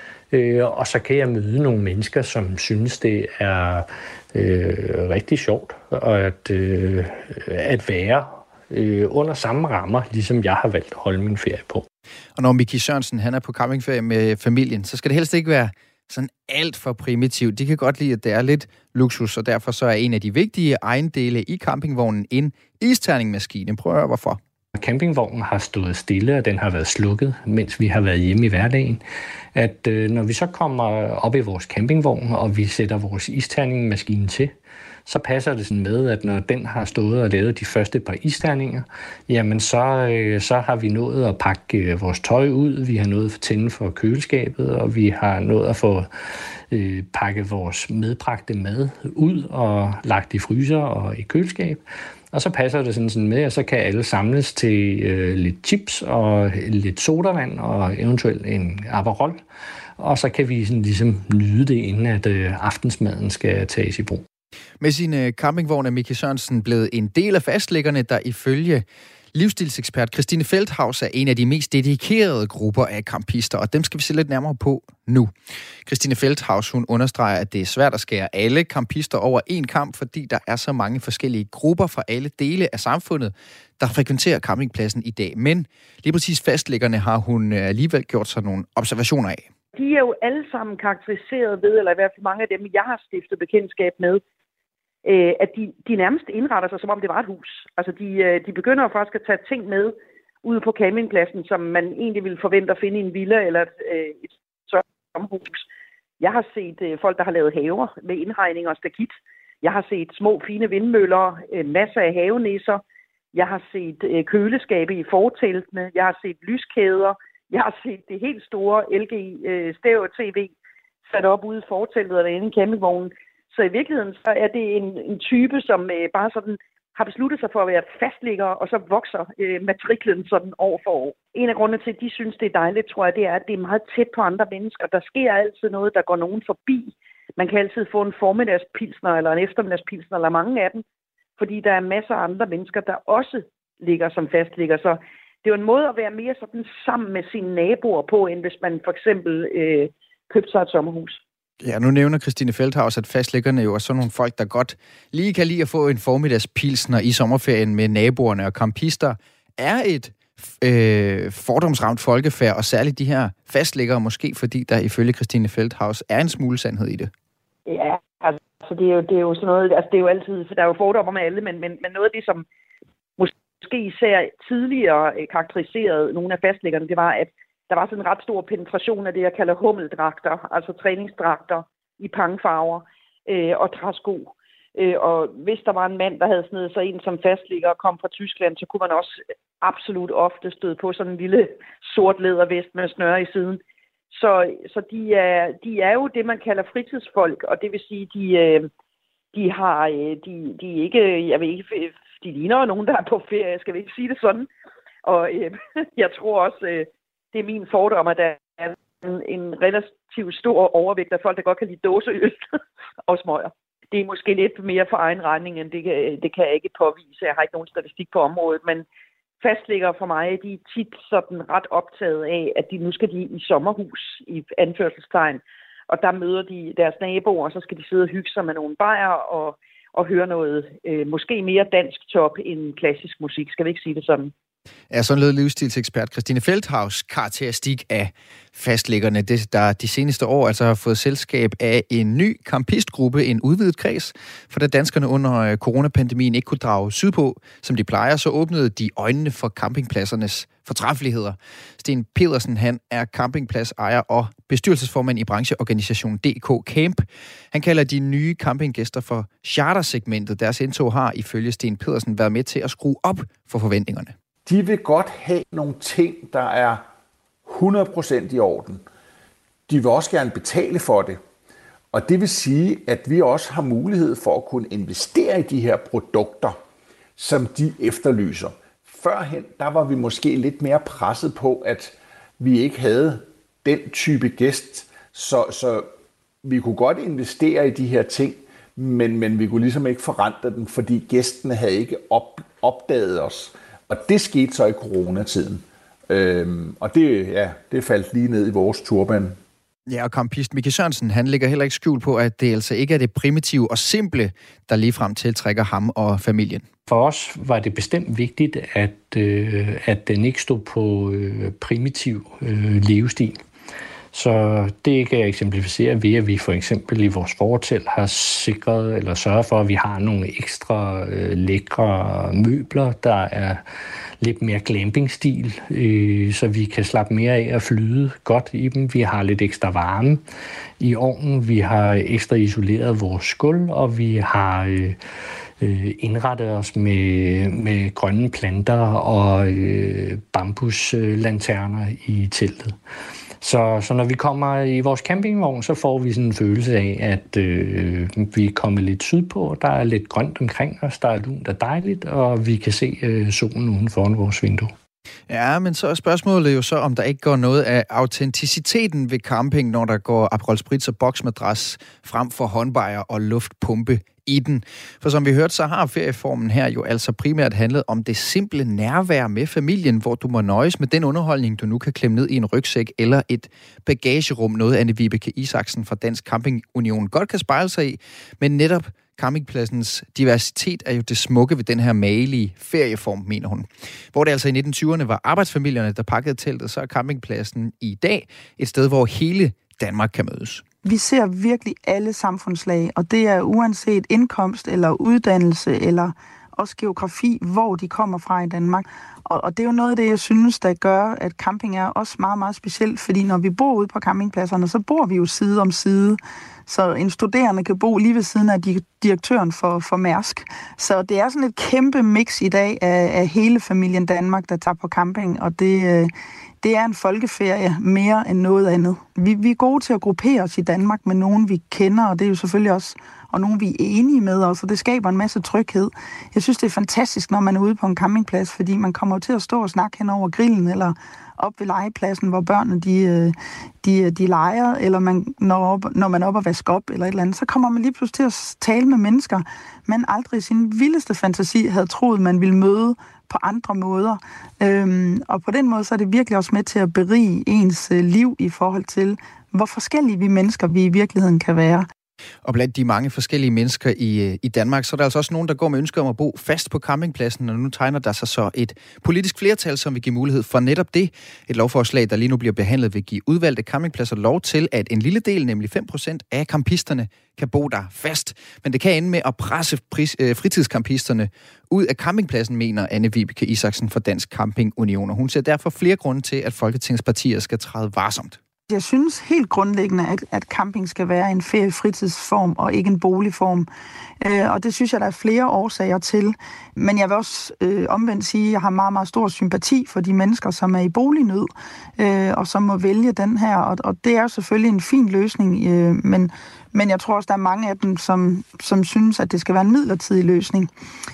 øh, og så kan jeg møde nogle mennesker, som synes, det er øh, rigtig sjovt at, øh, at være øh, under samme rammer, ligesom jeg har valgt at holde min ferie på. Og når Miki Sørensen han er på campingferie med familien, så skal det helst ikke være sådan alt for primitivt. De kan godt lide, at det er lidt luksus, og derfor så er en af de vigtige ejendele i campingvognen en isterningmaskine. Prøv at høre, hvorfor. Campingvognen har stået stille, og den har været slukket, mens vi har været hjemme i hverdagen. At øh, når vi så kommer op i vores campingvogn, og vi sætter vores isterningmaskine til, så passer det sådan med, at når den har stået og lavet de første par isterninger, jamen så, øh, så har vi nået at pakke øh, vores tøj ud, vi har nået at tænde for køleskabet, og vi har nået at få øh, pakket vores medbragte mad ud og lagt i fryser og i køleskab. Og så passer det sådan, sådan med, og så kan alle samles til øh, lidt chips og lidt sodavand og eventuelt en Aperol. Og så kan vi sådan ligesom nyde det, inden at øh, aftensmaden skal tages i brug. Med sin campingvogn er Mikke Sørensen blevet en del af fastlæggerne, der ifølge livsstilsekspert Christine Feldthaus er en af de mest dedikerede grupper af campister, og dem skal vi se lidt nærmere på nu. Christine Feldthaus, hun understreger, at det er svært at skære alle campister over en kamp, fordi der er så mange forskellige grupper fra alle dele af samfundet, der frekventerer campingpladsen i dag. Men lige præcis fastlæggerne har hun alligevel gjort sig nogle observationer af. De er jo alle sammen karakteriseret ved, eller i hvert fald mange af dem, jeg har stiftet bekendtskab med, at de, de nærmest indretter sig, som om det var et hus. Altså, de, de begynder faktisk at tage ting med ude på campingpladsen, som man egentlig ville forvente at finde i en villa eller et, et sommerhus. Jeg har set folk, der har lavet haver med indhegning og stakit. Jeg har set små, fine vindmøller, masser af havenisser. Jeg har set køleskabe i forteltene. Jeg har set lyskæder. Jeg har set det helt store L G stereo-tv sat op ude i forteltet eller inde i campingvognen. Så i virkeligheden så er det en, en type, som øh, bare sådan har besluttet sig for at være fastligger, og så vokser øh, matriklen sådan år for år. En af grundene til, at de synes, det er dejligt, tror jeg, det er, at det er meget tæt på andre mennesker. Der sker altid noget, der går nogen forbi. Man kan altid få en formiddagspilsner eller en eftermiddagspilsner, eller mange af dem, fordi der er masser af andre mennesker, der også ligger som fastligger. Så det er jo en måde at være mere sådan sammen med sine naboer på, end hvis man for eksempel øh, købte sig et sommerhus. Ja, nu nævner Christine Feldthaus, at fastlæggerne jo er sådan nogle folk, der godt lige kan lide at få en formiddagspilsner i sommerferien med naboerne, og campister er et øh, fordomsramt folkefærd, og særligt de her fastlæggere, måske fordi der ifølge Christine Feldthaus er en smule sandhed i det. Ja, altså det er jo, det er jo sådan noget, altså det er jo altid, for der er jo fordommer med alle, men, men, men noget af det, som måske især tidligere karakteriserede nogle af fastlæggerne, det var, at der var sådan en ret stor penetration af det, jeg kalder hummeldragter, altså træningsdragter i pangfarver øh, og træsko. Øh, og hvis der var en mand, der havde snedet sig ind som fastligger og kom fra Tyskland, så kunne man også absolut ofte støde på sådan en lille sort lædervest med snøre i siden. Så, så de, er, de er jo det, man kalder fritidsfolk, og det vil sige, de, de har, de, de ikke, jeg ved ikke, de ligner nogen, der er på ferie, skal vi ikke sige det sådan. Og øh, jeg tror også, øh, det er min fordom, at der er en, en relativt stor overvægt af folk, der godt kan lide dåseøl og smøger. Det er måske lidt mere for egen regning, end det kan, det kan jeg ikke påvise. Jeg har ikke nogen statistik på området, men fastlæggere for mig, de er tit sådan ret optaget af, at de nu skal de i sommerhus i anførselstegn, og der møder de deres naboer, og så skal de sidde og hygge sig med nogle bajer og, og høre noget øh, måske mere dansk top end klassisk musik. Skal vi ikke sige det sådan? Ja, sådan lød livsstilsekspert Christine Feldthaus karakteristik af fastlæggerne, der de seneste år altså har fået selskab af en ny campistgruppe, en udvidet kreds, for da danskerne under coronapandemien ikke kunne drage sydpå, som de plejer, så åbnede de øjnene for campingpladsernes fortræffeligheder. Sten Pedersen, han er campingpladsejer og bestyrelsesformand i brancheorganisationen D K Camp. Han kalder de nye campinggæster for chartersegmentet. Deres indtog har ifølge Sten Pedersen været med til at skrue op for forventningerne. De vil godt have nogle ting, der er hundrede procent i orden. De vil også gerne betale for det. Og det vil sige, at vi også har mulighed for at kunne investere i de her produkter, som de efterlyser. Førhen, der var vi måske lidt mere presset på, at vi ikke havde den type gæst, så, så vi kunne godt investere i de her ting, men, men vi kunne ligesom ikke forrente dem, fordi gæstene havde ikke op, opdaget os. Og det skete så i coronatiden. Øhm, og det, ja, det faldt lige ned i vores turban. Ja, og campist Mikke Sørensen, han lægger heller ikke skjul på, at det altså ikke er det primitive og simple, der ligefrem tiltrækker ham og familien. For os var det bestemt vigtigt, at, øh, at den ikke stod på øh, primitiv øh, levestil. Så det kan jeg eksemplificere ved, at vi for eksempel i vores fortelt har sikret eller sørget for, at vi har nogle ekstra øh, lækre møbler, der er lidt mere glamping-stil, øh, så vi kan slappe mere af og flyde godt i dem. Vi har lidt ekstra varme i ovnen, vi har ekstra isoleret vores gulv, og vi har øh, øh, indrettet os med, med grønne planter og øh, bambuslanterner i teltet. Så, så når vi kommer i vores campingvogn, så får vi sådan en følelse af, at øh, vi er kommet lidt sydpå. Der er lidt grønt omkring os, der er lunt og dejligt, og vi kan se øh, solen uden foran vores vindue. Ja, men så er spørgsmålet jo så, om der ikke går noget af autenticiteten ved camping, når der går Aperol Spritz og boksmadras frem for håndbajer og luftpumpe i den. For som vi hørte, så har ferieformen her jo altså primært handlet om det simple nærvær med familien, hvor du må nøjes med den underholdning, du nu kan klemme ned i en rygsæk eller et bagagerum, noget Anne-Vibeke Isaksen fra Dansk Camping Union godt kan spejle sig i, men netop campingpladsens diversitet er jo det smukke ved den her magelige ferieform, mener hun. Hvor det altså i nitten tyverne var arbejdsfamilierne, der pakkede teltet, så er campingpladsen i dag et sted, hvor hele Danmark kan mødes. Vi ser virkelig alle samfundslag, og det er uanset indkomst eller uddannelse eller også geografi, hvor de kommer fra i Danmark. Og, og det er jo noget af det, jeg synes, der gør, at camping er også meget, meget specielt, fordi når vi bor ude på campingpladserne, så bor vi jo side om side. Så en studerende kan bo lige ved siden af direktøren for, for Mærsk. Så det er sådan et kæmpe mix i dag af, af hele familien Danmark, der tager på camping, og det, det er en folkeferie mere end noget andet. Vi, vi er gode til at gruppere os i Danmark med nogen, vi kender, og det er jo selvfølgelig også og nogen, vi er enige med os, og det skaber en masse tryghed. Jeg synes, det er fantastisk, når man er ude på en campingplads, fordi man kommer til at stå og snakke hen over grillen, eller op ved legepladsen, hvor børnene de, de, de leger, eller man, når, op, når man er oppe og vasker op, eller et eller andet, så kommer man lige pludselig til at tale med mennesker, man aldrig i sin vildeste fantasi havde troet, man ville møde på andre måder. Øhm, og på den måde, så er det virkelig også med til at berige ens liv i forhold til, hvor forskellige vi mennesker vi i virkeligheden kan være. Og blandt de mange forskellige mennesker i, i Danmark, så er der altså også nogen, der går med ønsker om at bo fast på campingpladsen, og nu tegner der sig så et politisk flertal, som vil give mulighed for netop det. Et lovforslag, der lige nu bliver behandlet, vil give udvalgte campingpladser lov til, at en lille del, nemlig fem procent af campisterne, kan bo der fast. Men det kan ende med at presse pris, øh, fritidscampisterne ud af campingpladsen, mener Anne-Vibeke Isaksen fra Dansk Camping Union. Og hun ser derfor flere grunde til, at Folketingets partier skal træde varsomt. Jeg synes helt grundlæggende, at, at camping skal være en feriefritidsform og ikke en boligform. Øh, og det synes jeg, der er flere årsager til. Men jeg vil også øh, omvendt sige, at jeg har meget, meget stor sympati for de mennesker, som er i bolignød, øh, og som må vælge den her. Og, og det er jo selvfølgelig en fin løsning, øh, men, men jeg tror også, der er mange af dem, som, som synes, at det skal være en midlertidig løsning.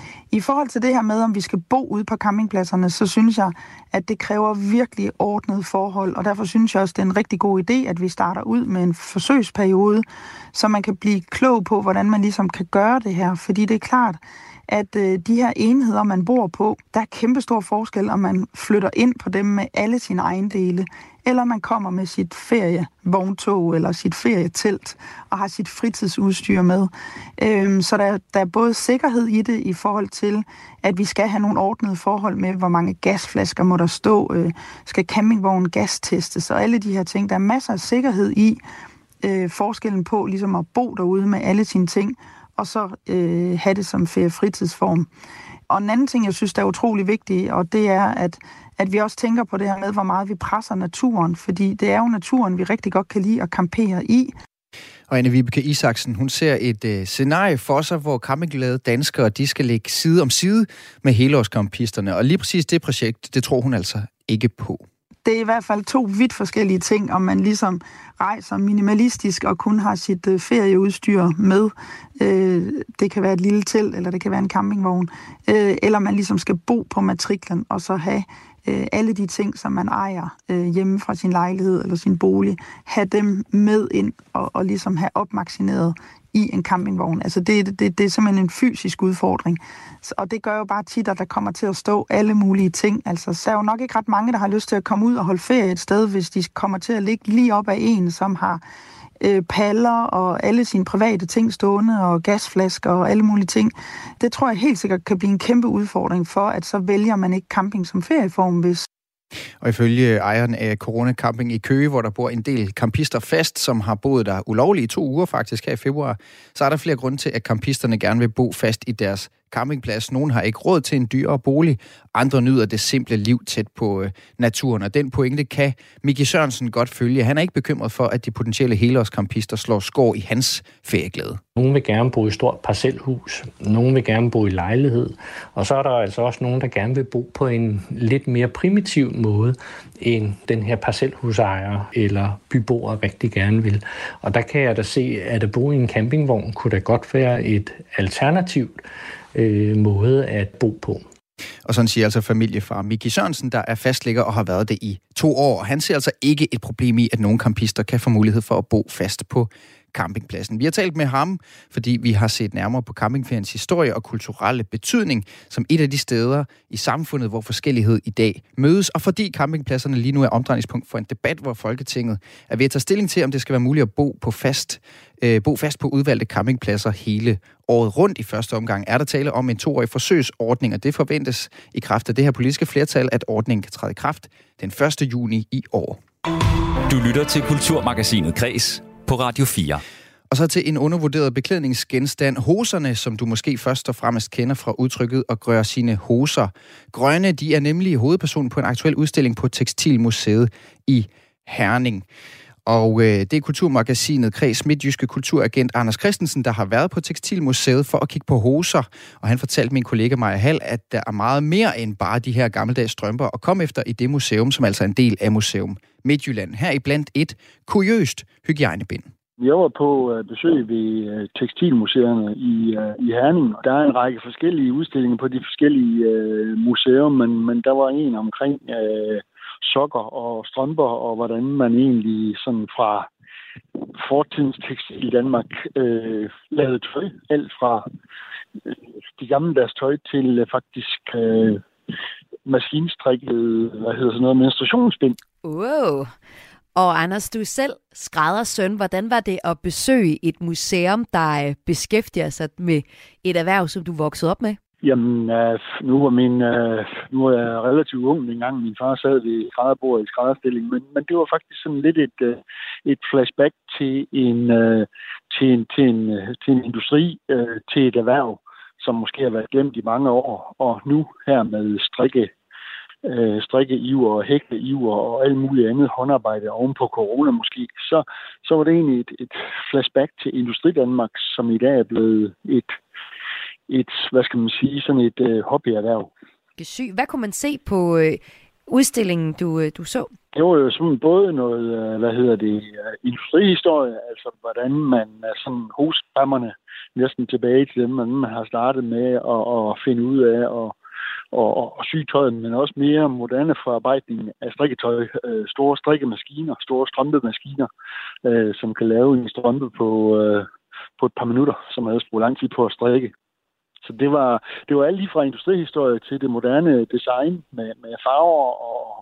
I forhold til det her med, om vi skal bo ude på campingpladserne, så synes jeg, at det kræver virkelig ordnet forhold, og derfor synes jeg også, det er en rigtig god idé, at vi starter ud med en forsøgsperiode, så man kan blive klog på, hvordan man ligesom kan gøre det her, fordi det er klart, at øh, de her enheder, man bor på, der er kæmpestor forskel, om man flytter ind på dem med alle sine ejendele, eller man kommer med sit ferievogntog eller sit ferietelt og har sit fritidsudstyr med. Øhm, så der, der er både sikkerhed i det i forhold til, at vi skal have nogle ordnede forhold med, hvor mange gasflasker må der stå, øh, skal campingvognen gastestes og alle de her ting. Der er masser af sikkerhed i øh, forskellen på ligesom at bo derude med alle sine ting, og så øh, have det som feriefritidsform. Og en anden ting, jeg synes, der er utrolig vigtigt, og det er, at, at vi også tænker på det her med, hvor meget vi presser naturen, fordi det er jo naturen, vi rigtig godt kan lide at campere i. Og Anne-Vibeke Isaksen, hun ser et øh, scenarie for sig, hvor campingglade danskere, de skal ligge side om side med helårscampisterne. Og lige præcis det projekt, det tror hun altså ikke på. Det er i hvert fald to vidt forskellige ting, om man ligesom rejser minimalistisk og kun har sit øh, ferieudstyr med. Øh, det kan være et lille telt, eller det kan være en campingvogn. Øh, eller man ligesom skal bo på matriklen og så have øh, alle de ting, som man ejer øh, hjemme fra sin lejlighed eller sin bolig, have dem med ind og, og ligesom have opmaksineret i en campingvogn. Altså det, det, det er simpelthen en fysisk udfordring. Og det gør jo bare tit, at der kommer til at stå alle mulige ting. Altså, så er jo nok ikke ret mange, der har lyst til at komme ud og holde ferie et sted, hvis de kommer til at ligge lige op ad en, som har øh, paller og alle sine private ting stående, og gasflasker og alle mulige ting. Det tror jeg helt sikkert kan blive en kæmpe udfordring for, at så vælger man ikke camping som ferieform, hvis Og ifølge ejeren af Corona Camping i Køge, hvor der bor en del campister fast, som har boet der ulovligt i to uger faktisk her i februar, så er der flere grunde til, at campisterne gerne vil bo fast i deres campingplads. Nogle har ikke råd til en dyrere bolig, andre nyder det simple liv tæt på øh, naturen. Og den pointe kan Miki Sørensen godt følge. Han er ikke bekymret for, at de potentielle helårscampister slår skår i hans ferieglæde. Nogle vil gerne bo i stort parcelhus, nogle vil gerne bo i lejlighed, og så er der altså også nogen, der gerne vil bo på en lidt mere primitiv måde, end den her parcelhusejer eller byboer rigtig gerne vil. Og der kan jeg da se, at at bo i en campingvogn kunne da godt være et alternativt øh, måde at bo på. Og sådan siger altså familiefar Miki Sørensen, der er fastligger og har været det i to år. Han ser altså ikke et problem i, at nogle campister kan få mulighed for at bo fast på campingpladsen. Vi har talt med ham, fordi vi har set nærmere på campingferiens historie og kulturelle betydning som et af de steder i samfundet, hvor forskellighed i dag mødes, og fordi campingpladserne lige nu er omdrejningspunkt for en debat, hvor Folketinget er ved at tage stilling til, om det skal være muligt at bo på fast, øh, bo fast på udvalgte campingpladser hele året rundt. I første omgang er der tale om en toårig forsøgsordning, og det forventes i kraft af det her politiske flertal, at ordningen kan træde i kraft den første juni i år. Du lytter til Kulturmagasinet Kres på Radio fire. Og så til en undervurderet beklædningsgenstand, hoserne, som du måske først og fremmest kender fra udtrykket at gøre sine hoser grønne. De er nemlig hovedpersonen på en aktuel udstilling på Tekstilmuseet i Herning. Og øh, det er Kulturmagasinet Kres midtjyske kulturagent Anders Christensen, der har været på Tekstilmuseet for at kigge på hoser. Og han fortalte min kollega Maja Hall, at der er meget mere end bare de her gammeldags strømper at komme efter i det museum, som altså er en del af Museum Midtjylland. Her i blandt et kuriøst hygiejnebind. Jeg var på besøg ved tekstilmuseerne i, i Herning. Der er en række forskellige udstillinger på de forskellige uh, museer, men, men der var en omkring uh, sokker og strømper, og hvordan man egentlig sådan fra fortidens tekstil i Danmark uh, lavede tøj. Alt fra uh, de gammeldags tøj til uh, faktisk uh, maskinstrikket, hvad hedder sådan noget, menstruationsbind. Wow. Og Anders, du er selv skræddersøn. Hvordan var det at besøge et museum, der beskæftiger sig med et erhverv, som du voksede op med? Jamen, øh, nu, var min, øh, nu er jeg relativt ung, dengang min far sad ved skrædderbordet i skrædderstilling, men, men det var faktisk sådan lidt et, øh, et flashback til en, øh, til en, til en, til en industri, øh, til et erhverv, som måske har været glemt i mange år, og nu her med strikke, øh, strikkeiver og hækleiver og alt muligt andet håndarbejde oven på corona måske, så, så var det egentlig et, et flashback til Industri Danmark, som i dag er blevet et et, hvad skal man sige, sådan et øh, hobbyerhverv. Hvad kunne man se på øh, udstillingen, du, øh, du så? Det var jo sådan både noget, øh, hvad hedder det, industrihistorie, altså hvordan man er sådan hospammerne næsten tilbage til dem, hvordan man har startet med at, at finde ud af og, og, og, og sy tøjet, men også mere moderne forarbejdning af strikketøj, øh, store strikkemaskiner, store strømpemaskiner, øh, som kan lave en strømpe på, øh, på et par minutter, som ellers bruger lang tid på at strikke. Så det var, det var alt lige fra industrihistorie til det moderne design med, med farver og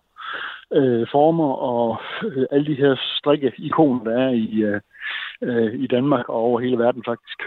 øh, former og øh, alle de her strikke-ikoner, der er i, øh, i Danmark og over hele verden faktisk.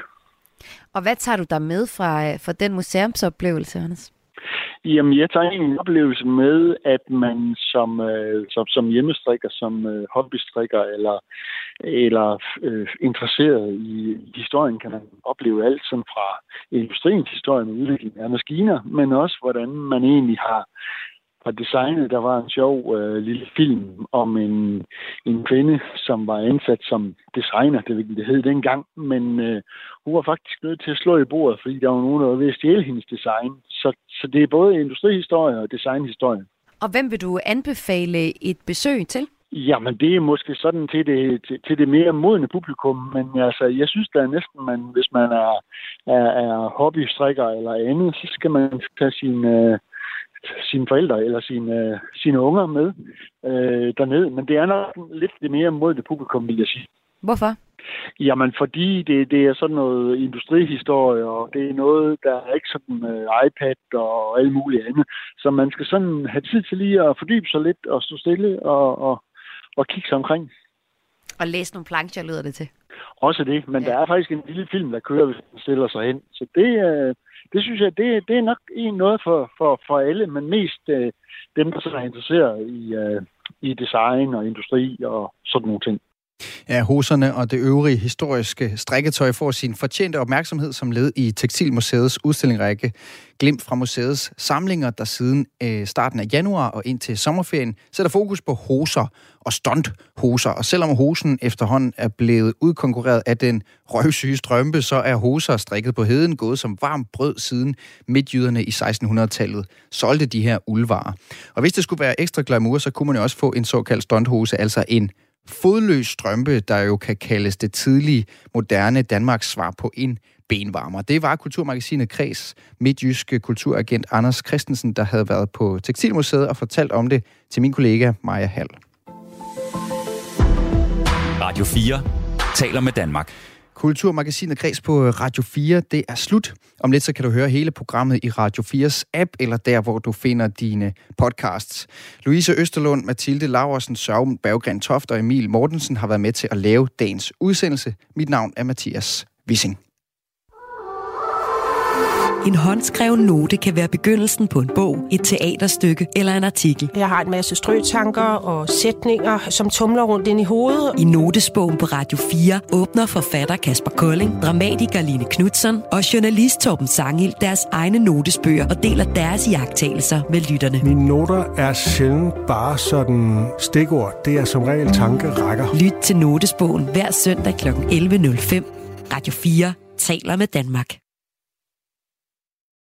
Og hvad tager du der med fra, fra den museumsoplevelse, Anders? Jamen, jeg tager en oplevelse med, at man som, øh, som, som hjemmestrikker, som øh, hobbystrikker eller, eller øh, interesseret i historien, kan man opleve alt sådan fra industriens historie med udvikling af maskiner, men også hvordan man egentlig har fra designet. Der var en sjov øh, lille film om en, en kvinde, som var ansat som designer, det, det hed dengang, men øh, hun var faktisk nødt til at slå i bordet, fordi der var nogen, der var ved at stjæle hendes design. Så, så det er både industrihistorie og designhistorie. Og hvem vil du anbefale et besøg til? Jamen, det er måske sådan til det, til, til det mere modne publikum, men altså, jeg synes da næsten, man, hvis man er, er, er hobbystrikker eller andet, så skal man tage sin... Øh, sine forældre eller sine, sine unger med øh, dernede. Men det er nok lidt det mere modne publikum, vil jeg sige. Hvorfor? Jamen, fordi det, det er sådan noget industrihistorie, og det er noget, der er ikke sådan uh, iPad og alt muligt andet. Så man skal sådan have tid til lige at fordybe sig lidt og stå stille og, og, og kigge sig omkring. Og læse nogle plancher, lyder det til. Også det, men ja. Der er faktisk en lille film, der kører, hvis man stiller sig hen. Så det er... Det synes jeg, det, det er nok en noget for, for, for alle, men mest øh, dem, der er interesseret i, øh, i design og industri og sådan nogle ting. Ja, hoserne og det øvrige historiske strikketøj får sin fortjente opmærksomhed som led i Tekstilmuseets udstillingrække Glimt fra museets samlinger, der siden øh, starten af januar og indtil sommerferien sætter fokus på hoser og stunthoser. Og selvom hosen efterhånden er blevet udkonkurreret af den røvsyge strømpe, så er hoser strikket på heden gået som varmt brød siden midtjyderne i sekstenhundredetallet solgte de her uldvarer. Og hvis det skulle være ekstra glamour, så kunne man jo også få en såkaldt stunthose, altså en fodløs strømpe, der jo kan kaldes det tidlige, moderne Danmarks svar på en benvarmer. Det var Kulturmagasinet Kreds midtjyske kulturagent Anders Christensen, der havde været på Tekstilmuseet og fortalt om det til min kollega Maja Hall. Radio fire taler med Danmark. Kulturmagasinet Kreds på Radio fire, det er slut. Om lidt så kan du høre hele programmet i Radio fires app, eller der, hvor du finder dine podcasts. Louise Østerlund, Mathilde Laursen, Søren Berggren Toft og Emil Mortensen har været med til at lave dagens udsendelse. Mit navn er Mathias Wissing. En håndskreven note kan være begyndelsen på en bog, et teaterstykke eller en artikel. Jeg har en masse strøtanker og sætninger, som tumler rundt ind i hovedet. I notesbogen på Radio fire åbner forfatter Kasper Kolding, dramatiker Line Knutzon og journalist Torben Sanghild deres egne notesbøger og deler deres iagttagelser med lytterne. Mine noter er sjældent bare sådan stikord. Det er som regel tankerækker. Lyt til notesbogen hver søndag klokken elleve nul fem. Radio fire taler med Danmark.